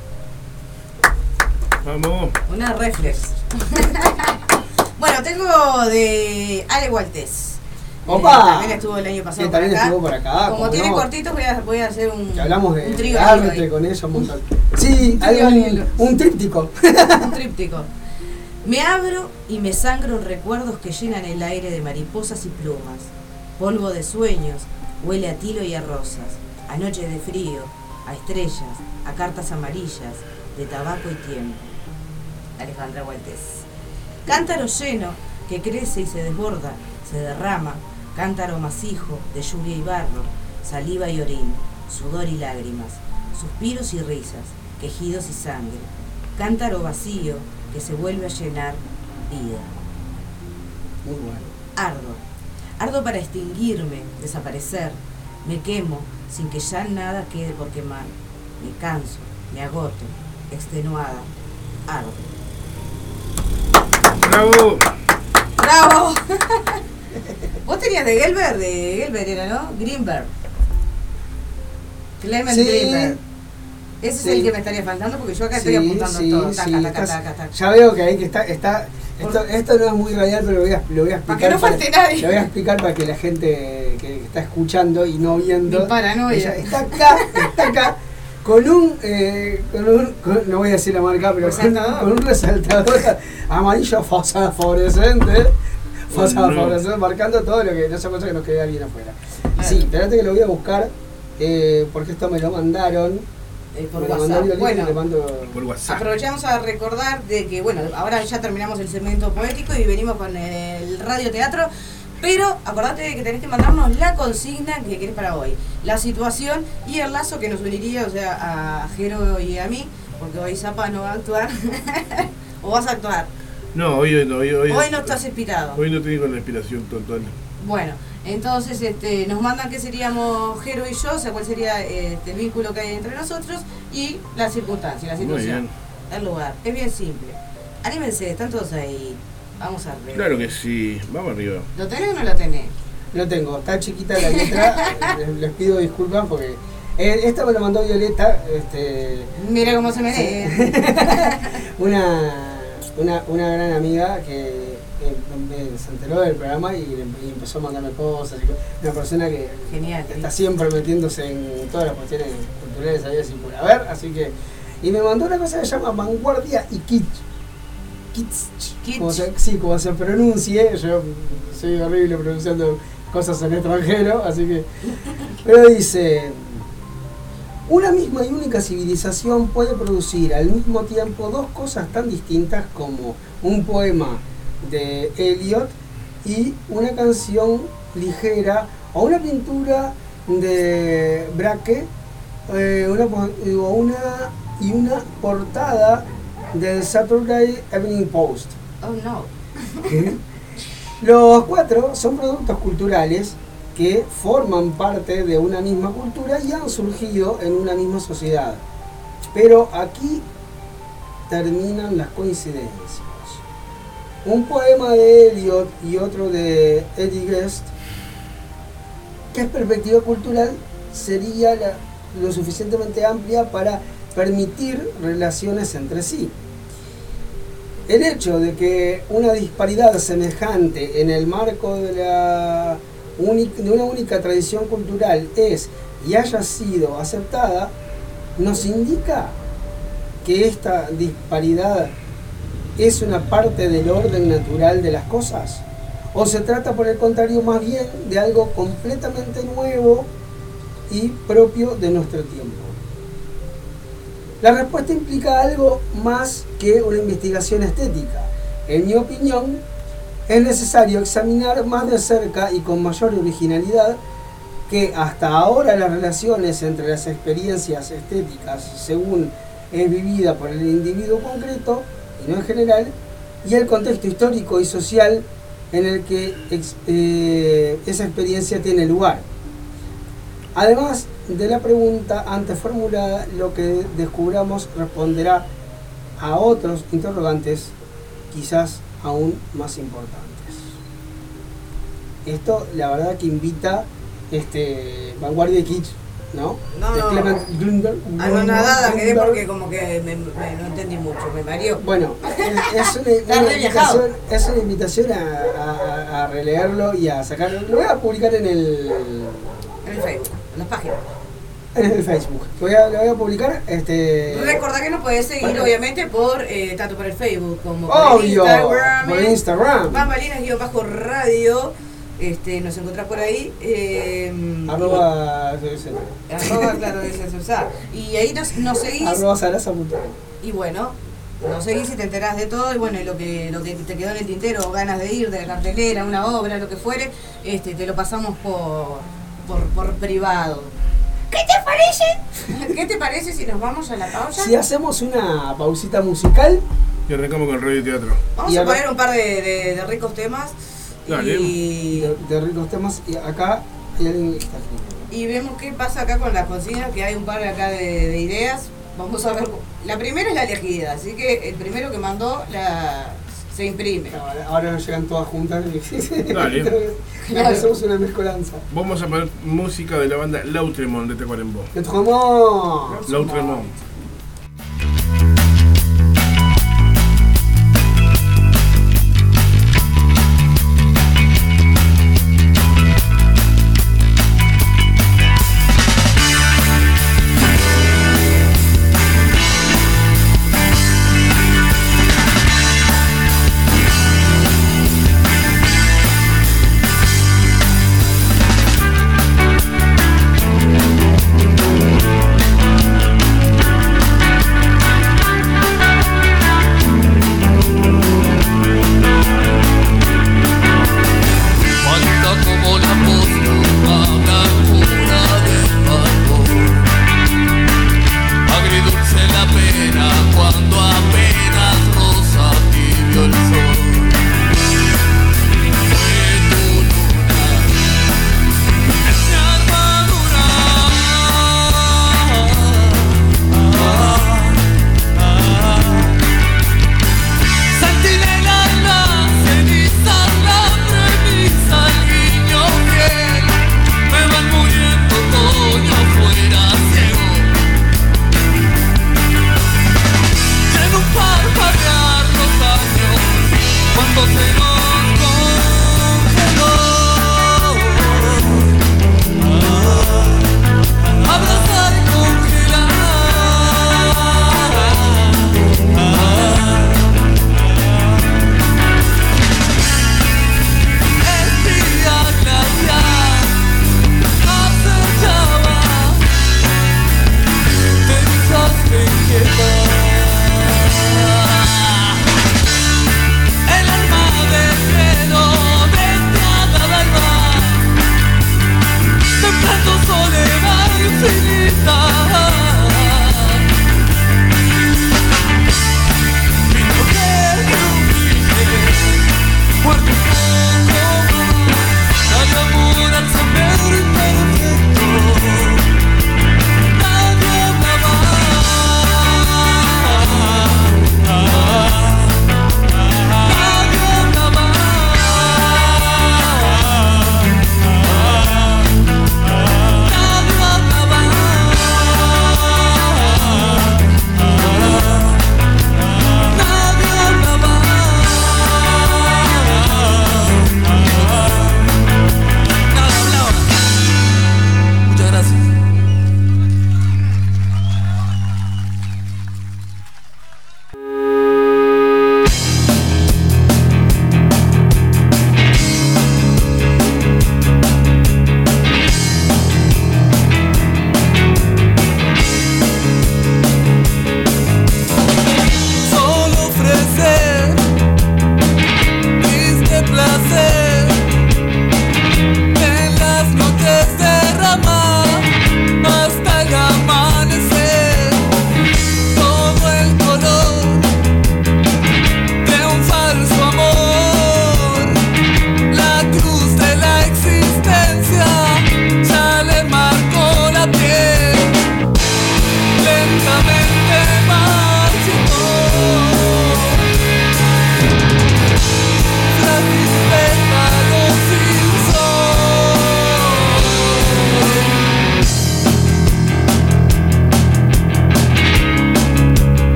Vamos. Una reflex. Bueno, tengo de Ale Gualtés. ¡Opa! Eh, también estuvo el año pasado que también por acá. estuvo por acá. Como tiene no. cortitos, voy a, voy a hacer un. Que hablamos de, un trío de arte con ella un montón. Sí, un, algo, un, un tríptico. Un tríptico. Me abro y me sangro recuerdos que llenan el aire de mariposas y plumas. Polvo de sueños, huele a tilo y a rosas. A noche de frío, a estrellas, a cartas amarillas, de tabaco y tiempo. Alejandra Gualtés. Cántaro lleno que crece y se desborda, se derrama. Cántaro masijo de lluvia y barro, saliva y orín, sudor y lágrimas, suspiros y risas, quejidos y sangre. Cántaro vacío que se vuelve a llenar vida. Muy bueno. Ardo. Ardo para extinguirme, desaparecer. Me quemo sin que ya nada quede por quemar. Me canso, me agoto, extenuada. Ardo. ¡Bravo! ¡Bravo! Vos tenías de Gelber, de Gelber era, ¿no? Greenberg. Clement Sí. Greenberg. Ese Sí. es el que me estaría faltando porque yo acá Sí, estoy apuntando sí, todo. sí, Taca, taca, estás- taca, taca. Ya veo que ahí que está, está esto, esto no es muy radial, pero lo voy a, lo voy a explicar. Para que no falte nadie. Lo voy a explicar para que la gente que está escuchando y no viendo. Mi paranoia. ella está acá, está acá, con un, eh, con un con- no voy a decir la marca, pero con, Resaltador. con un resaltador amarillo fosforescente, fosforescente, marcando todo lo que, no se cosa que nos quede bien afuera. Claro. Sí, espérate que lo voy a buscar, eh, porque esto me lo mandaron. Eh, por me lo WhatsApp. mandó Violeta y Bueno, le mando- Por WhatsApp. aprovechamos a recordar de que, bueno, ahora ya terminamos el segmento poético y venimos con el radioteatro, pero acordate de que tenés que mandarnos la consigna que querés para hoy, la situación y el lazo que nos uniría, o sea, a Jero y a mí, porque hoy Zapa no va a actuar, o vas a actuar. No, hoy, hoy, hoy, Hoy no estás inspirado. Hoy no tengo la inspiración total. Bueno, entonces este, nos mandan que seríamos Jero y yo, o sea, cuál sería este, el vínculo que hay entre nosotros y la circunstancia, la Muy situación, bien. el lugar. Es bien simple. Anímense, están todos ahí. Vamos a ver. Claro que sí. Vamos arriba. ¿Lo tenés o no lo tenés? Lo tengo, está chiquita la letra, les, les pido disculpas porque eh, esta me lo mandó Violeta, este, Mira cómo se me sí. lee. una, una, una gran amiga que eh, me- se enteró del programa y, y empezó a mandarme cosas, y una persona que Genial. está siempre metiéndose en todas las cuestiones culturales, sabidas y por haber, así que, y me mandó una cosa que se llama Vanguardia y Kitsch. Kitsch. Como se, sí, como se pronuncie, yo soy horrible pronunciando cosas en extranjero, así que. Pero dice: una misma y única civilización puede producir al mismo tiempo dos cosas tan distintas como un poema de Eliot y una canción ligera o una pintura de Braque eh, una, po- o una, y una portada del Saturday Evening Post. Oh no. Los cuatro son productos culturales que forman parte de una misma cultura y han surgido en una misma sociedad. Pero aquí terminan las coincidencias. Un poema de Eliot y otro de Eddie Guest, que es perspectiva cultural, sería la- lo suficientemente amplia para permitir relaciones entre sí. El hecho de que una disparidad semejante en el marco de, la uni- de una única tradición cultural es y haya sido aceptada, nos indica que esta disparidad es una parte del orden natural de las cosas, o se trata por el contrario más bien de algo completamente nuevo y propio de nuestro tiempo. La respuesta implica algo más que una investigación estética. En mi opinión, es necesario examinar más de cerca y con mayor originalidad que hasta ahora las relaciones entre las experiencias estéticas, según es vivida por el individuo concreto, y no en general, y el contexto histórico y social en el que ex- eh, esa experiencia tiene lugar. Además de la pregunta antes formulada, lo que descubramos responderá a otros interrogantes quizás aún más importantes. Esto la verdad que invita este Vanguardia y Kitsch, ¿no? No, De no. Clement Greenberg. Anonadada quedé Greenberg. porque como que me, me- no entendí mucho, me mareó. Bueno, es, es una, Está una re viajado. invitación, es una invitación a, a- a releerlo y a sacarlo. Lo voy a publicar en el, En el Facebook, en las páginas. en el Facebook. Lo voy a, lo voy a publicar. Este, Recordá que nos podés seguir, Bueno. obviamente, por eh, tanto por el Facebook como por Obvio, el Instagram. por eh, Instagram. Bambalinas-radio. Este, nos encontrás por ahí. Eh, Arroba, y- arroba, claro, de Censar. Y ahí nos, nos seguís. arroba sarasa punto com. Y bueno, nos seguís y te enterás de todo. Y bueno, y lo que, lo que te quedó en el tintero, ganas de ir, de la cartelera, una obra, lo que fuere, este, te lo pasamos por, por, por privado. ¿Qué te parece? ¿Qué te parece si nos vamos a la pausa? Si hacemos una pausita musical Y arrancamos con el radio teatro. Vamos Y a ahora- poner un par de, de- de ricos temas. Dale. Y, de, de ricos temas. Y acá hay alguien que está escribiendo. y vemos qué pasa acá con las consignas, que hay un par acá de, de ideas. Vamos a ver. La primera es la elegida, así que el primero que mandó la se imprime. Ahora, ahora nos llegan todas juntas. Dale. Claro. Hacemos una mezcolanza. Vamos a poner música de la banda Lautremont de Tacuarembó. Lautremont. Lautremont. El alma de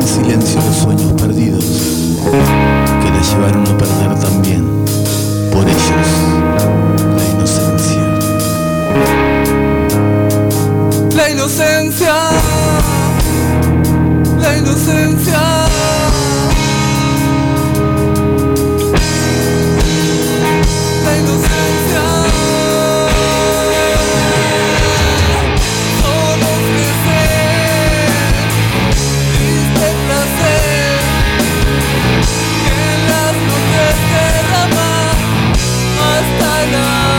en silencio los sueños perdidos que la llevaron a perder también. Por ellos, la inocencia. La inocencia, la inocencia. La inocencia. Somos crecer, triste placer, que en las noches derrama hasta el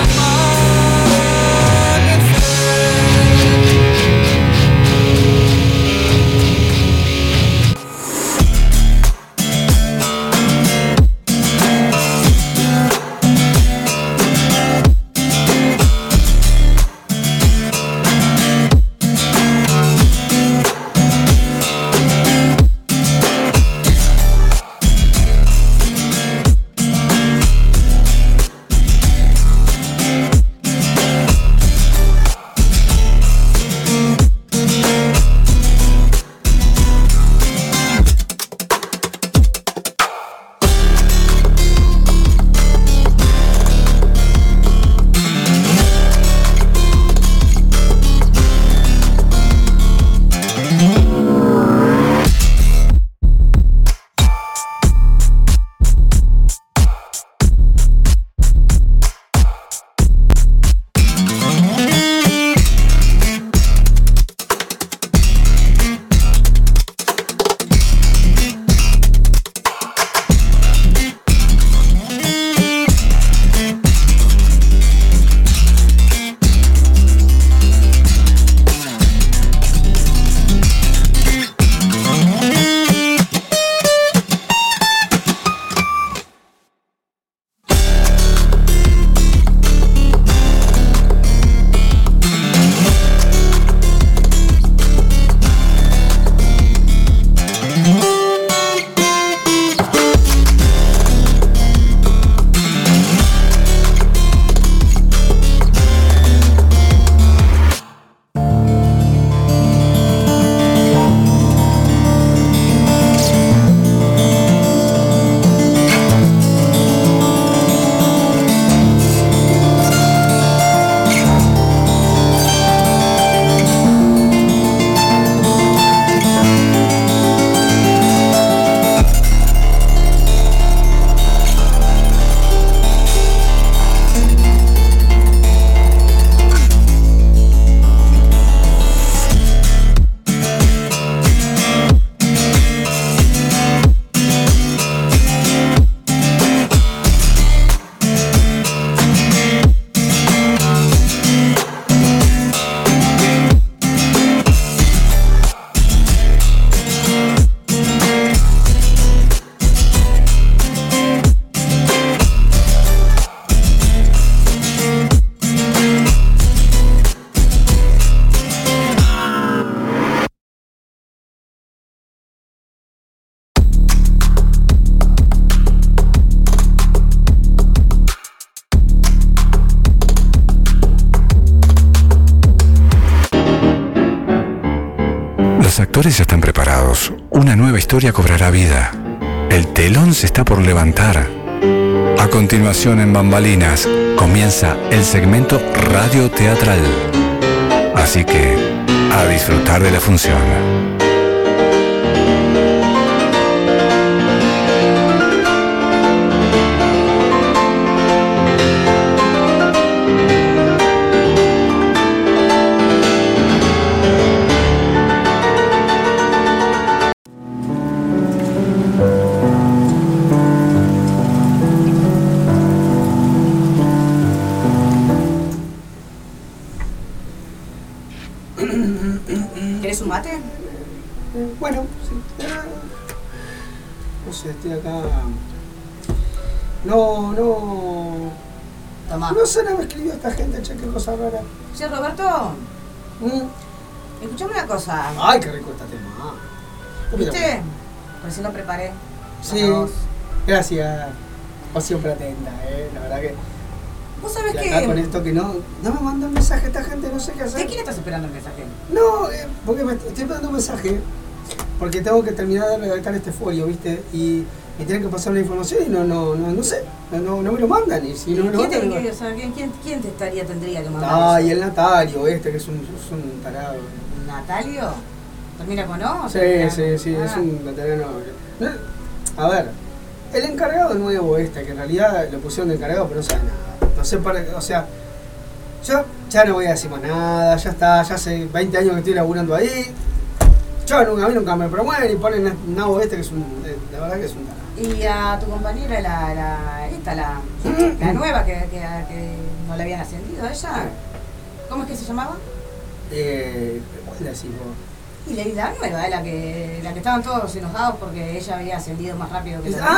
Los actores ya están preparados. Una nueva historia cobrará vida. El telón se está por levantar. A continuación, en Bambalinas, comienza el segmento radioteatral. Así que, a disfrutar de la función. ¿Querés un mate? Bueno, sí. No sé, estoy acá. No, no. Tomá. No sé, no me escribió esta gente, che, qué cosa rara. Che, Roberto. ¿Mm? Escuchame una cosa. Ay, qué rico está tema. ¿Viste? Recién lo preparé. Sí. Gracias. O siempre atenta, eh. La verdad que. ¿Vos sabés acá que...? con esto que no... No me manda un mensaje esta gente, no sé qué hacer. ¿De quién estás esperando el mensaje? No, eh, porque me estoy esperando un mensaje porque tengo que terminar de redactar este folio, ¿viste? Y, y tienen que pasar la información y no, no, no, no sé, no, no me lo mandan. Y si no me lo ¿Quién, te, mandan, que- o sea, ¿quién, quién, quién te estaría, tendría que mandar ah, eso? y el Natalio este, que es un, es un tarado. ¿Natalio? ¿Termina con O? Sí, sí, sí, Ah. es un veterano. No, a ver, el encargado nuevo este, que en realidad lo pusieron de encargado, pero no sabe nada. No sé para, o sea, yo ya no voy a decir más nada, ya está, ya hace veinte años que estoy laburando ahí. Yo nunca, a mí nunca me promueven y ponen a Nabo este que es un, la verdad que es un tarado. Y a tu compañera, la, la, esta, la, la nueva que, que, que no le habían ascendido a ella, ¿cómo es que se llamaba? Eh, ¿cuál le decís vos? Y la, la nueva, la que, la que estaban todos enojados porque ella había ascendido más rápido que los demás.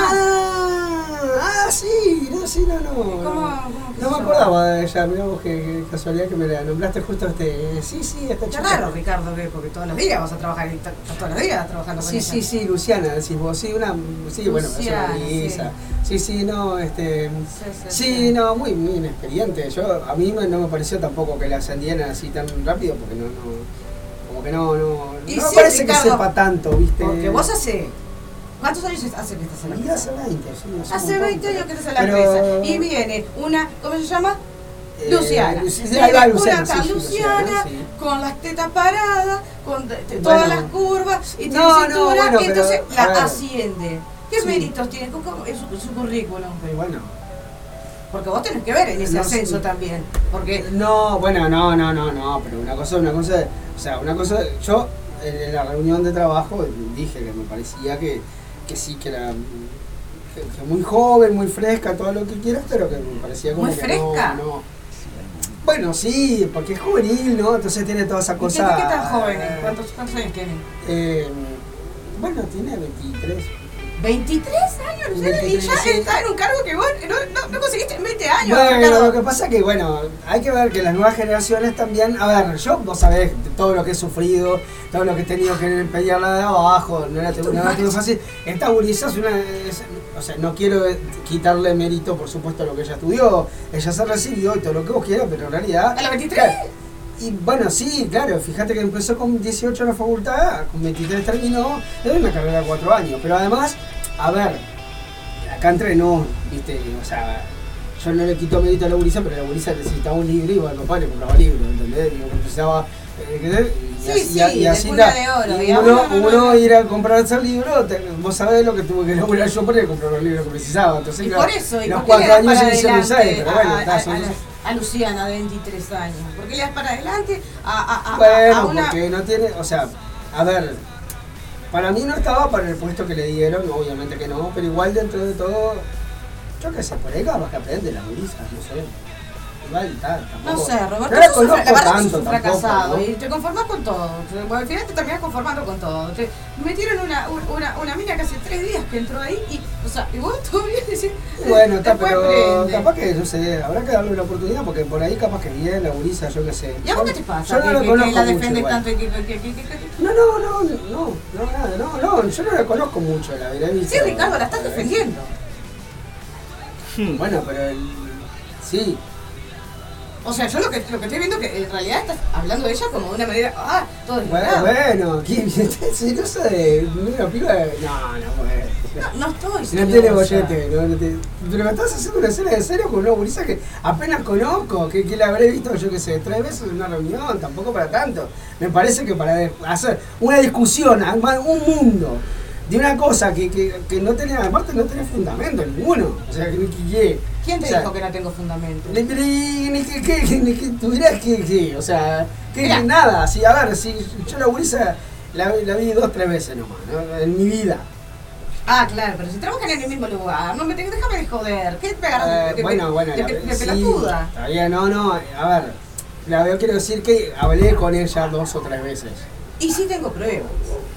Ah, ah, sí, no, sí, no, no. ¿Cómo, cómo que No se me acordaba de ella, mirá vos qué, qué casualidad que me la nombraste justo este. Sí, sí, esta Qué chica. raro, Ricardo, que porque todos los días vas a trabajar, y estás todos los días trabajando con Sí, ella. sí, sí, Luciana, decís vos, sí, una, sí, bueno, es Luciana, una Lisa. Sí, sí, no, este, sí, sí, sí. no, muy, muy inexperiente. Yo, a mí no me pareció tampoco que la ascendieran así tan rápido, porque no, no, como que no, no, Y no me sí, parece Ricardo, que sepa tanto, ¿viste? Porque vos hace... ¿Cuántos años hace que estás en la Y empresa? hace veinte, sí, hace Hace un veinte montón, años que estás en la pero- empresa. Y viene una, ¿cómo se llama? Eh, Luciana. Luci- Viene ahí va una Luciana, tal sí, sí, Luciana, Luciana, sí. con las tetas paradas, con de- de- Bueno. todas las curvas, y tiene No, no, cintura, bueno, pero, entonces a la ver. asciende. ¿Qué Sí. méritos tiene? ¿Cómo es su, su currículum? Pero bueno. Porque vos tenés que ver en ese No, ascenso sí. también. Porque No, bueno, no, no, no, no, pero una cosa, una cosa, o sea, una cosa, yo en la reunión de trabajo dije que me parecía que, que sí, que era que, que muy joven, muy fresca, todo lo que quieras, pero que me parecía como ¿Muy que fresca? no, no. Bueno, sí, porque es juvenil, ¿no? Entonces tiene toda esa ¿y qué, cosa. qué tan jóvenes? ¿Cuántos, ¿Cuántos años tienen? Eh, bueno, tiene veintitrés. ¿veintitrés años, Luciana? Y veintitrés, ya sí. está en un cargo que vos no, no, no conseguiste en veinte años, Bueno, Ricardo. lo que pasa que, bueno, hay que ver que las nuevas generaciones también, a ver, yo, vos sabés, todo lo que he sufrido, todo lo que he tenido que pelearla de abajo, no era no era todo fácil. Esta gurisa es una, es- o sea, no quiero quitarle mérito, por supuesto, a lo que ella estudió, ella se recibió y todo lo que vos quieras, pero en realidad... ¿A los veintitrés? Claro, y bueno, sí, claro, fíjate que empezó con dieciocho en la facultad, con veintitrés terminó, es una carrera de cuatro años, pero además, a ver, acá entrenó, viste, o sea, yo no le quito mérito a la gurisa, pero la gurisa necesitaba un libro y bueno, papá le compraba libros, ¿entendés? Digo, que precisaba, eh, ¿qué? y, Sí, así- sí, y de así cuna la- de oro, y digamos, uno, no, no, no, uno no. ir a comprar ese libro, te- vos sabés lo que tuve que laburar yo para ir a comprar los libros que precisaba, entonces Y claro, por eso, ¿y los por qué le cuatro das años para se hicieron seis, adelante pero bueno, a, está, a- son a- cosas- a Luciana de veintitrés años? ¿Por qué le das para adelante a, a, a, Bueno, a una... porque no tiene, o sea, a ver, para mí no estaba para el puesto que le dieron, obviamente que no, pero igual dentro de todo, yo qué sé, por ahí capaz que aprende la gurisa, no sé. Igual está, tampoco. No sé, Roberto, no la sos un, conozco la verdad que tanto sos un tampoco, fracasado ¿no? y te conformás con todo. Bueno, al final te terminás conformando con todo. Te metieron una, una, una mina que hace tres días que entró ahí y, o sea, y vos todavía decís... Bueno, está, después pero aprende. capaz que, no sé, habrá que darle una oportunidad porque por ahí capaz que viene la gurisa, yo qué sé. ¿Y a vos Yo- qué te pasa? Yo no que, la que- conozco que la mucho defiendes igual. tanto y que... que, que, que- que- No, no, no, no, no, nada, no, no, yo no la conozco mucho, la habré visto. Sí, Ricardo, la estás defendiendo. Bueno, pero el, sí. O sea, yo lo que, lo que estoy viendo es que en realidad estás hablando de ella como de una manera... Ah, todo Bueno, desvelado. bueno, ¿quién si no sé de una piba de... No, no, bueno. No, no estoy Si no tiene celosa. bollete, no, no te- pero me estás haciendo una escena de serio con una gurisa que apenas conozco, que, que la habré visto, yo qué sé, tres veces en una reunión, tampoco para tanto. Me parece que para de- hacer una discusión, armar un mundo de una cosa que, que, que no tenía, aparte no tenía fundamento ninguno. O sea, que ni que... ¿Quién te o sea, dijo que no tengo fundamento? Ni, ni, ni que, que, ni que tuvieras que, que, o sea, que, Mirá. que nada, si, a ver, si yo la gurisa la, la vi dos, tres veces nomás, ¿no? En mi vida. Ah, claro, pero si trabajan en el mismo lugar, no me te, déjame de joder. ¿Qué te agarras Eh, de, de, bueno, bueno, de, la- de, de sí, pelotuda? está bien, no, no, a ver, la, yo quiero decir que hablé con ella dos o tres veces. Y sí tengo pruebas.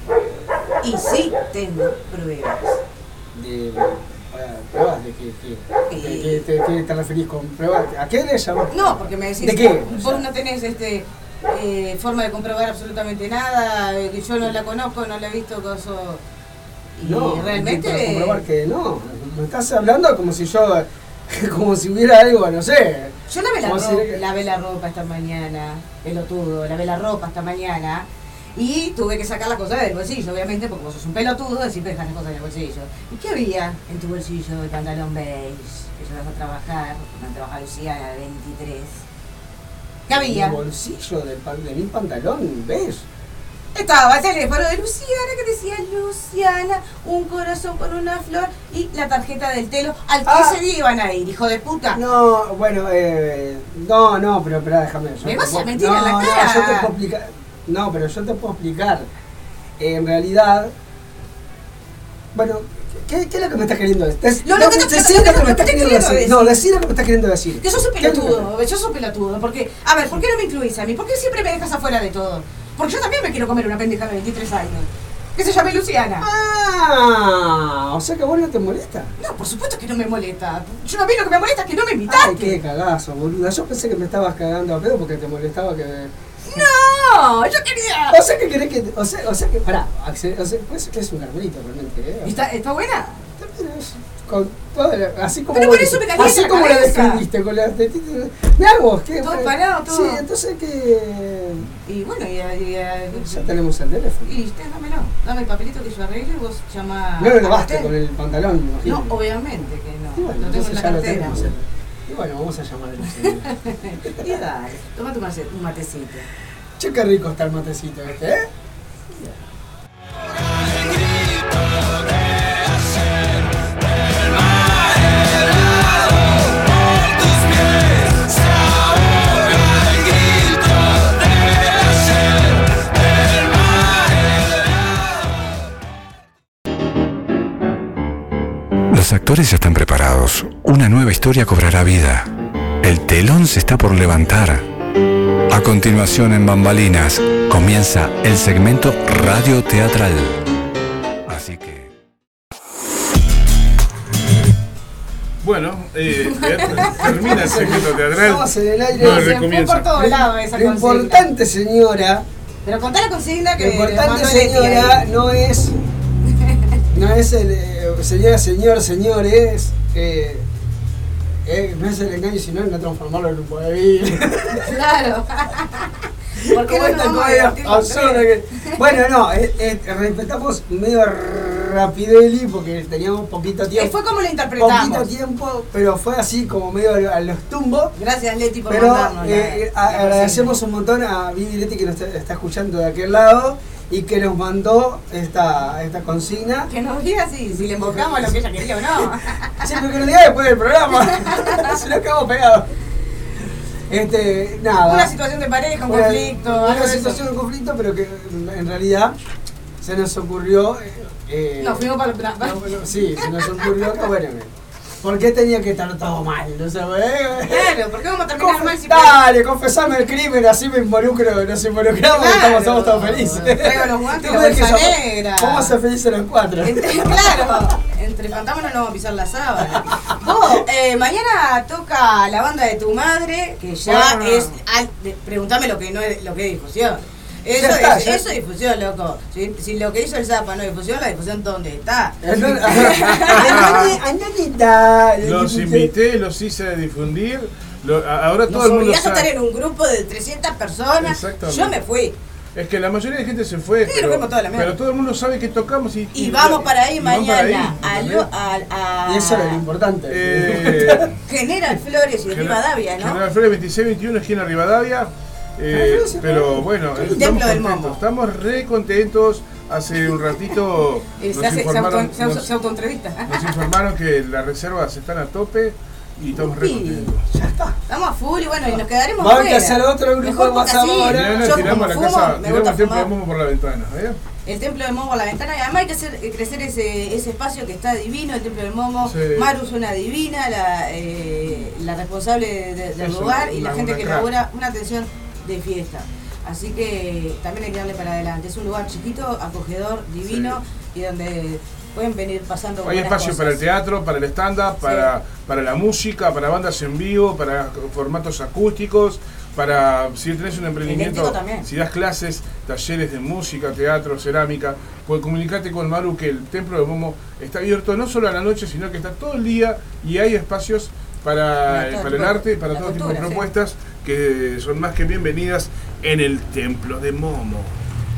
Y sí tengo pruebas. De, eh, ¿Pruebas de qué? qué, de qué te, qué te referís con pruebas? ¿A qué le llamás? No, porque me decís ¿De qué? vos no tenés este eh, forma de comprobar absolutamente nada, eh, que yo no la conozco, no la he visto, coso. Y No, realmente. para comprobar que no. Me estás hablando como si yo, como si hubiera algo, no sé. Yo lavé la, como ropa, si- lavé la ropa esta mañana, pelotudo, lavé la ropa esta mañana. Y tuve que sacar las cosas del bolsillo, obviamente, porque vos sos un pelotudo, siempre dejas las cosas en el bolsillo. ¿Y qué había en tu bolsillo? El pantalón beige, que llevas a trabajar, cuando trabaja Luciana, de veintitrés. ¿Qué había? ¿En el bolsillo del pan, de mi pantalón beige? Estaba el teléfono de Luciana que decía Luciana, un corazón con una flor y la tarjeta del telo al que Ah. ese día iban a ir, hijo de puta. No, bueno, eh, no, no, pero espera, déjame. yo Me te vas a puedo- mentir no, en la no, cara. yo te puedo explicar. No, pero yo te puedo explicar. En realidad, bueno, ¿qué, qué es lo que me estás queriendo decir? Des- No, no, lo que te- decí lo lo que- que lo me que estás te queriendo quiero decir. decir. No, decí lo que me estás queriendo decir. Que sos un ¿Qué es lo que- pelotudo, yo soy un pelotudo, porque, a ver, ¿por qué no me incluís a mí? ¿Por qué siempre me dejas afuera de todo? Porque yo también me quiero comer una pendeja de veintitrés años, que se llame Luciana. Ah, o sea que a vos no te molesta. No, por supuesto que no me molesta. Yo a mí lo que me molesta es que no me invitaste. Ay, qué cagazo, boluda. Yo pensé que me estabas cagando a pedo porque te molestaba que... No, yo quería. O sea que querés que... O sea, o sea que... Pará, Axel, o sea, pues es un carmelito realmente, ¿eh? ¿Está, está buena? Con todo, así como Pero vos por eso dijiste, me calienta así la como la cabeza. describiste con las tetitas. Mirá vos, que Todo parado, todo. Sí, entonces que Y bueno, y, y, y- ya tenemos el teléfono. y usted dámelo, dame el papelito que yo arreglo y vos llamás. No lo al lavaste hotel. con el pantalón, me imagino. No, obviamente que no. Y bueno, lo tengo en entonces la ya lo cartera. tenemos. Y bueno, vamos a llamar a la señora. Y dale, tomate un mate- un matecito. Che, qué rico está el matecito este, ¿eh? Los actores ya están preparados. Una nueva historia cobrará vida. El telón se está por levantar. A continuación, en Bambalinas, comienza el segmento radioteatral. Así que... Bueno, eh, ya termina el segmento teatral. Estamos en el aire. No, Se recomienza. por todos lados esa Lo consigna. importante, señora, Pero contá la consigna que lo importante, mandó señora, Leti ahí. no es... No es el... eh, señora, señor, señores... Eh, eh, no es el engaño, sino no transformarlo en un poder. Claro. ¿Por qué ¿Cómo no está nos vamos a comedia divertir los absurda tres? que- Bueno, no, eh, eh, respetamos medio rapideli porque teníamos poquito Eh, tiempo. Fue como lo interpretamos. Poquito tiempo, pero fue así como medio a los tumbos. Gracias, Leti, por Pero mandarnos. la- eh, a- la agradecemos un montón a Vivi Leti que nos está, está escuchando de aquel lado y que nos mandó esta, esta consigna. Que nos diga si, si le embocamos lo que ella quería o no. Siempre que nos diga después del programa. Si no quedamos pegados. Este, nada. Una situación de pareja, un Una- conflicto. algo Una de situación de conflicto, pero que en realidad se nos ocurrió. Eh, No, fuimos para el no, bueno, sí, se nos ocurrió que, bueno, ¿por qué tenía que estar todo mal? No sé, eh, Claro, ¿por qué vamos a terminar Confe- mal si Dale, confesame el crimen, así me involucro, nos involucramos y Claro. estamos, somos todos felices. Traigo los guantes, Tú la ves que bolsa somos- negra. Vamos a ser felices los cuatro. Entre, claro, entre fantasmas no nos vamos a pisar la sábana. Vos, eh, mañana toca la banda de tu madre, que ya Ah. es. al- de- preguntame lo que no es, lo que es difusión. Eso, Ya está, es, ya. eso es difusión, loco. Si, si lo que hizo el Zapa no es difusión, la difusión ¿dónde está? Ananita. Los invité, los hice difundir. Lo- a- ahora todo Nos el mundo obligás a estar sabe. en un grupo de trescientas personas. Exactamente. Yo me fui. Es que la mayoría de gente se fue, Sí, pero, nos fuimos toda la mierda. pero todo el mundo sabe que tocamos y, Y vamos para ahí y van para ahí, mañana. a ¿entendés? lo- a- a- Y eso era lo importante. Eh, General Flores y de General- Rivadavia, ¿no? General Flores veintiséis veintiuno, esquina Rivadavia. Eh, Ah, no, sí, pero claro. bueno, El estamos Templo del contentos. Momo. Estamos re contentos. Hace un ratito Eh, nos se, hace, se, informaron, auto, se, auto, nos- se autoentrevista. nos informaron que las reservas están a tope y estamos re Uy. contentos. Ya está. Estamos a full y bueno, y nos quedaremos Vamos a fuera. hacer otro grupo Mejor de porque WhatsApp así, ahora. Mañana yo tiramos como la fumo, casa, me tiramos gusta el templo de fumar. Momo por la ventana, ¿eh? El Templo del Momo por la ventana y además hay que hacer eh, crecer ese, ese espacio que está divino, el Templo del Momo. Sí. Maru suena divina, la, eh, la responsable de- de- del Eso, lugar y una- la gente una que crack. elabora una atención de fiesta. Así que también hay que darle para adelante. Es un lugar chiquito, acogedor, divino y donde pueden venir pasando Hay buenas espacio cosas. para el teatro, para el stand-up, para, para la música, para bandas en vivo, para formatos acústicos, para si tenés un emprendimiento, Eléctrico también. si das clases, talleres de música, teatro, cerámica, pues comunicate con Maru que el Templo de Momo está abierto no solo a la noche, sino que está todo el día y hay espacios para, Para todo para el tipo- arte, para la todo tipo de cultura, sí. propuestas que son más que bienvenidas en el Templo de Momo.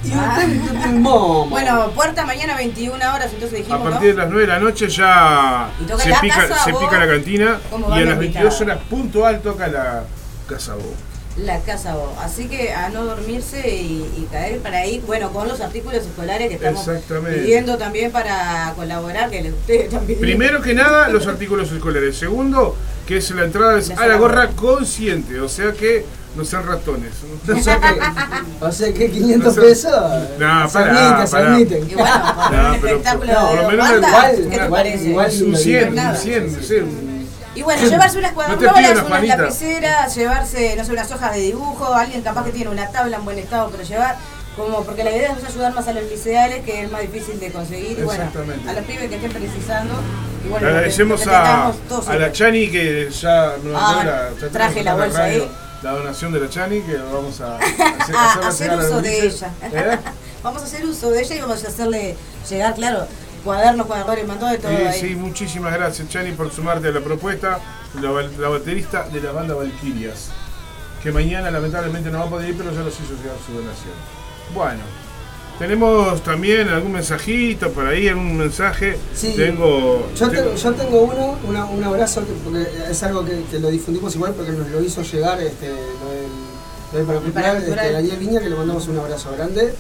Y usted el momo. Bueno, puerta mañana veintiuna horas, entonces dijimos, A partir de las nueve de la noche ya ¿Y toca se, la pica, Casa se Bo? pica la cantina ¿Cómo y van a los las veintidós invitados? horas puntual toca la Casa Bo. La Casa Bo. Así que a no dormirse y, y caer para ir, bueno, con los artículos escolares que estamos Exactamente. pidiendo también para colaborar, que le- ustedes también. Primero que nada, los artículos escolares. Segundo, que es la entrada es a la gorra consciente, o sea que no sean ratones. O sea que, o sea que quinientos No sé. pesos. No, se pará, admiten, se pará. admiten. Y bueno, con No, un pero espectáculo por- por lo de menos banda, igual, ¿qué te igual, parece? igual, Un cien, Nada. un cien, no sé, un- Y bueno, llevarse unas No te pido cuadernolas, unas unas panitas. lapiceras, llevarse, no sé, unas hojas de dibujo, alguien capaz que tiene una tabla en buen estado para llevar, como porque la idea es ayudar más a los liceales, que es más difícil de conseguir, y bueno, Exactamente. a los pibes que estén precisando. Y bueno, Le lo que- agradecemos lo que a, tengamos, todos a la sirve. Chani que ya nos Ah, mandó la, ya traje tenemos la acá en bolsa radio, ahí. la donación de la Chani que vamos a, a hacer, a hacerla hacer llegar a los uso de gurises. ella. ¿Eh? Vamos a hacer uso de ella y vamos a hacerle llegar, claro, cuadernos, cuadernos, mandó de todo Sí, ahí. sí, muchísimas gracias Chani por sumarte a la propuesta, la, ba- la baterista de la banda Valquirias, que mañana lamentablemente no va a poder ir, pero ya los hizo llegar su donación. Bueno, tenemos también algún mensajito por ahí, algún mensaje. Sí. Tengo, Yo, tengo- te- yo tengo uno, una- un abrazo, que- porque es algo que, que lo difundimos igual porque nos lo hizo llegar este, lo del, lo del Paracultural, Paracultural. este, Daniel Viña, que le mandamos un abrazo grande.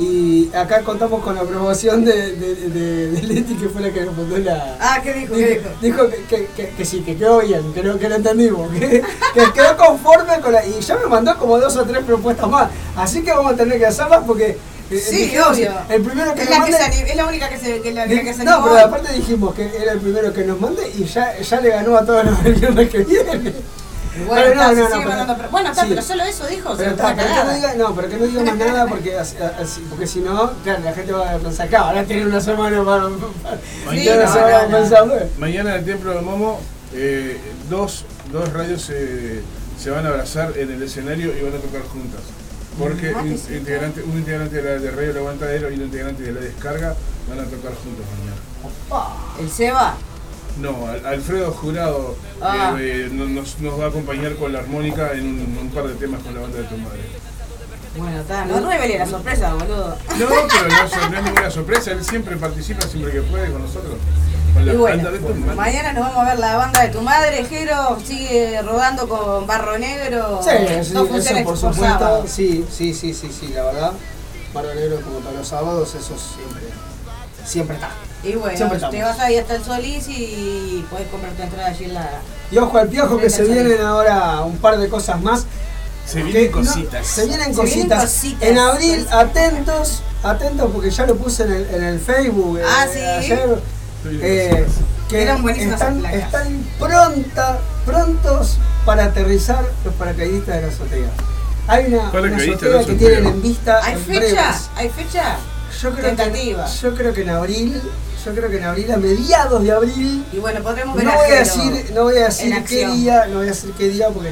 Y acá contamos con la aprobación de, de, de, de Leti, que fue la que nos mandó la... Ah, ¿qué dijo? ¿Qué Dijo, dijo? dijo que, que, que, que sí, que quedó bien, que lo, que lo entendimos, que, que quedó conforme con la... Y ya me mandó como dos o tres propuestas más, así que vamos a tener que hacerlas porque... eh, Sí, dijimos, obvio. El primero que Es nos la, que mande- se ani- es la única que se, que la, la que se no, animó pero hoy. aparte dijimos que era el primero que nos mande y ya, ya le ganó a todos los del viernes que viene. Bueno, Pero está, se sigue pero- mandando, pero- bueno, está, sí. pero solo eso dijo, Pero, se está, fue pero que no cagada. diga, no, pero que no diga más nada porque, así- así- porque si no, claro, la gente va a pensar, claro, ahora tiene una semana para... para Mañana, no se va a pensar, bueno. mañana en el Templo del Momo, eh, dos, dos radios se, se van a abrazar en el escenario y van a tocar juntas. Porque Ah, un que sí. integrante, un integrante de, la, de Radio El Aguantadero y un integrante de La Descarga van a tocar juntos mañana. ¿El Seba? No, Al- Alfredo Jurado Ah. eh, eh, nos, nos- nos va a acompañar con la armónica en un, un par de temas con la banda de tu madre. Bueno, está, no revele la sorpresa, boludo. No, pero no, es- no es ninguna sorpresa, él siempre participa, siempre que puede con nosotros. Con la Y bueno, banda de tu madre. mañana nos vamos a ver la banda de tu madre, Jero sigue rodando con Barro Negro. Sí, sí, dos eso funciones por por supuesto, sábado. sí, sí, sí, sí, sí, la verdad. Barro Negro como todos los sábados, eso siempre, siempre está. Y bueno, Siempre estamos. te vas ahí hasta el Solís y podés comprar tu entrada allí en la... Y ojo al piojo que se Frente al vienen Solís. ahora un par de cosas más. Se Que vienen no- cositas. se vienen Se vienen cositas. cositas. En abril, atentos, atentos porque ya lo puse en el, en el Facebook eh, Ah, sí. ayer. eh, que Eran buenísimas están, placas. están pronta, prontos para aterrizar los paracaidistas de la azotea. Hay una, una Paracaidistas de la azotea que azotea. tienen en vista. ¿Hay en fecha? breves. ¿Hay fecha? Yo creo, que, Tentativa. yo creo que en abril, yo creo que en abril, a mediados de abril, Y bueno, podremos no ver voy a Jero decir, no voy a decir en qué acción. día, no voy a decir qué día porque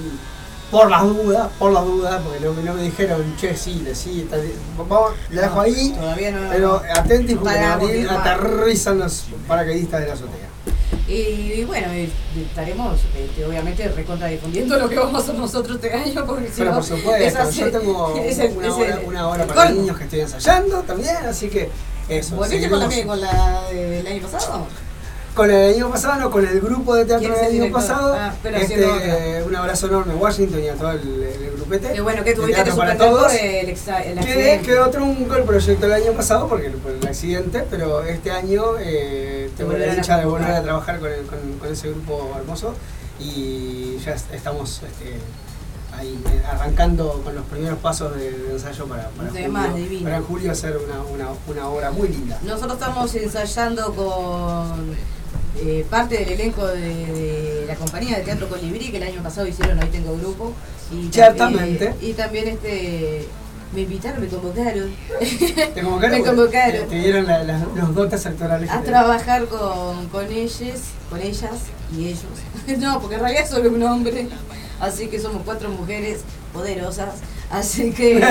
mm, por las dudas, por las dudas, porque no, no me dijeron, che, sí, le sí, está bien. Vamos, le dejo ahí, Todavía no. pero atentos porque en Para abril confirmar. aterrizan los paracaidistas de la azotea. Y, y bueno, y- y estaremos este, obviamente recontra difundiendo lo que vamos a hacer nosotros este año, porque si Pero no, por supuesto, esa yo se- tengo es el- una, es hora, el- una hora el para colmo. niños que estoy ensayando también, así que eso. ¿Volviste con la, seguiremos. que- con la del año pasado? Con el año pasado, no, con el grupo de teatro ¿Quién es del el año director? pasado. Ah, pero este, haciendo otra. eh, un abrazo enorme a Washington y a todo el, el grupete. Qué bueno que de tuviste que Teatro para suspender por Todos. el, exa- el Que accidente. quedó trunco el proyecto el año pasado porque por el accidente, pero este año eh, Te tengo la volverán a dicha de convocar. volver a trabajar con, el- con, con ese grupo hermoso y ya est- estamos este, ahí eh, arrancando con los primeros pasos del ensayo para, para, De julio, más, divino. para julio hacer una, una, una obra muy linda. Nosotros estamos ensayando con eh, parte del elenco de, de la compañía de Teatro Colibrí, que el año pasado hicieron Hoy Tengo Grupo. Y Ciertamente. también- y también este me invitaron, me convocaron. Te convocaron, Me porque convocaron. Te, te dieron la- la- los dotes actorales. que A te- trabajar con, con ellos, con ellas y ellos. No, porque en realidad solo un hombre. Así que somos cuatro mujeres poderosas. Así que,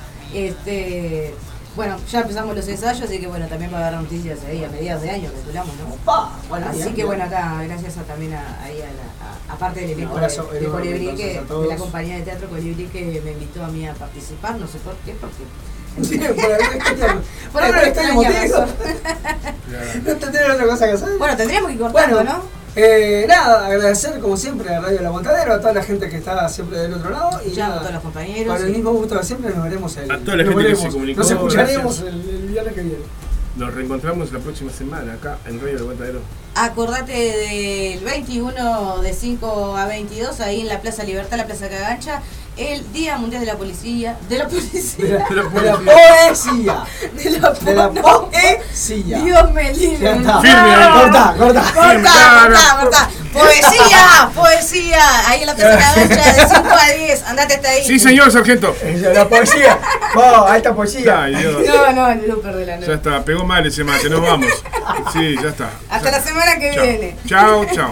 este, bueno, ya empezamos los ensayos, así que bueno, también va a haber noticias ahí a mediados de año, calculamos, ¿no? Opa, bueno, Así bien, que bien. bueno, acá, gracias a, también a, ahí a la, a- aparte del elenco Un abrazo de, de enorme, Colibrí, entonces, que, a de todos. la compañía de teatro Colibrí que me invitó a mí a participar, no sé por qué, porque Sí, por alguna extraña, Por alguna extraña razón. No tendrían otra cosa que hacer. Bueno, tendríamos que ir cortando, Bueno, ¿no? Eh, nada, agradecer como siempre a Radio El Aguantadero, a toda la gente que está siempre del otro lado. Y ya, nada, a todos los compañeros. con el sí. mismo gusto de siempre nos veremos el, A toda la nos gente que veremos, se comunicó, nos escucharemos gracias. el, el viernes que viene. Nos reencontramos la próxima semana acá en Radio El Aguantadero. Acordate del veintiuno de cinco a veintidós, ahí en la Plaza Libertad, la Plaza Cagancha, el Día Mundial de la Policía. De la Policía. De la, de la, de la poesía. De la, de la no. poesía. Dios me libre. Ya está. Firme ahí. Corta, corta. Corta, corta, corta. Poesía, poesía. Ahí en la Plaza Cagancha de cinco a diez. Andate hasta ahí. Sí, señor sargento. La poesía. Oh, alta poesía. Ay, Dios. No, no, el Luper de la noche. Ya está, pegó mal ese mate, nos vamos. Sí, ya está. Hasta la semana que Chao. viene. Chao, chao.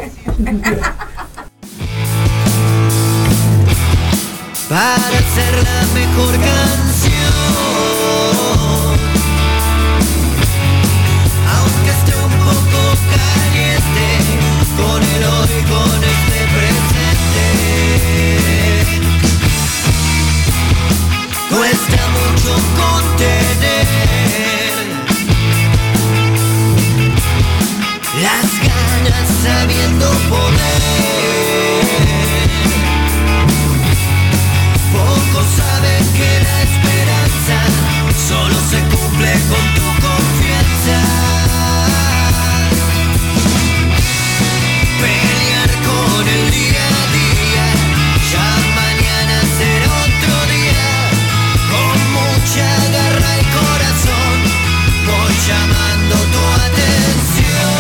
Para hacer la mejor canción, aunque esté un poco caliente, con el hoy, con este presente, cuesta mucho contener las ganas sabiendo poder. Pocos saben que la esperanza solo se cumple con tu confianza. Pelear con el día a día, ya mañana será otro día. Con mucha garra y corazón voy llamando tu atención.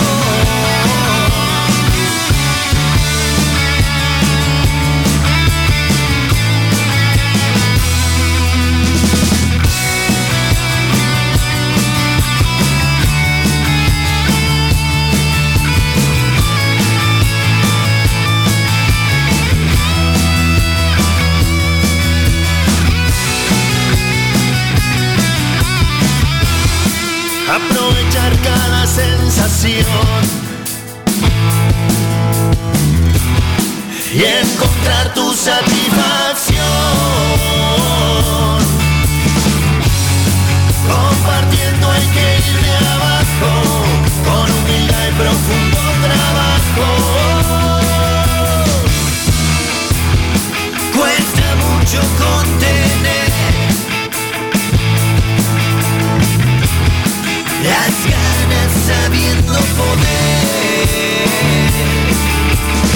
Aprovechar cada sensación y encontrar tu satisfacción, compartiendo hay que ir de abajo, con humildad y profundo trabajo. Cuesta mucho contener las ganas sabiendo poder.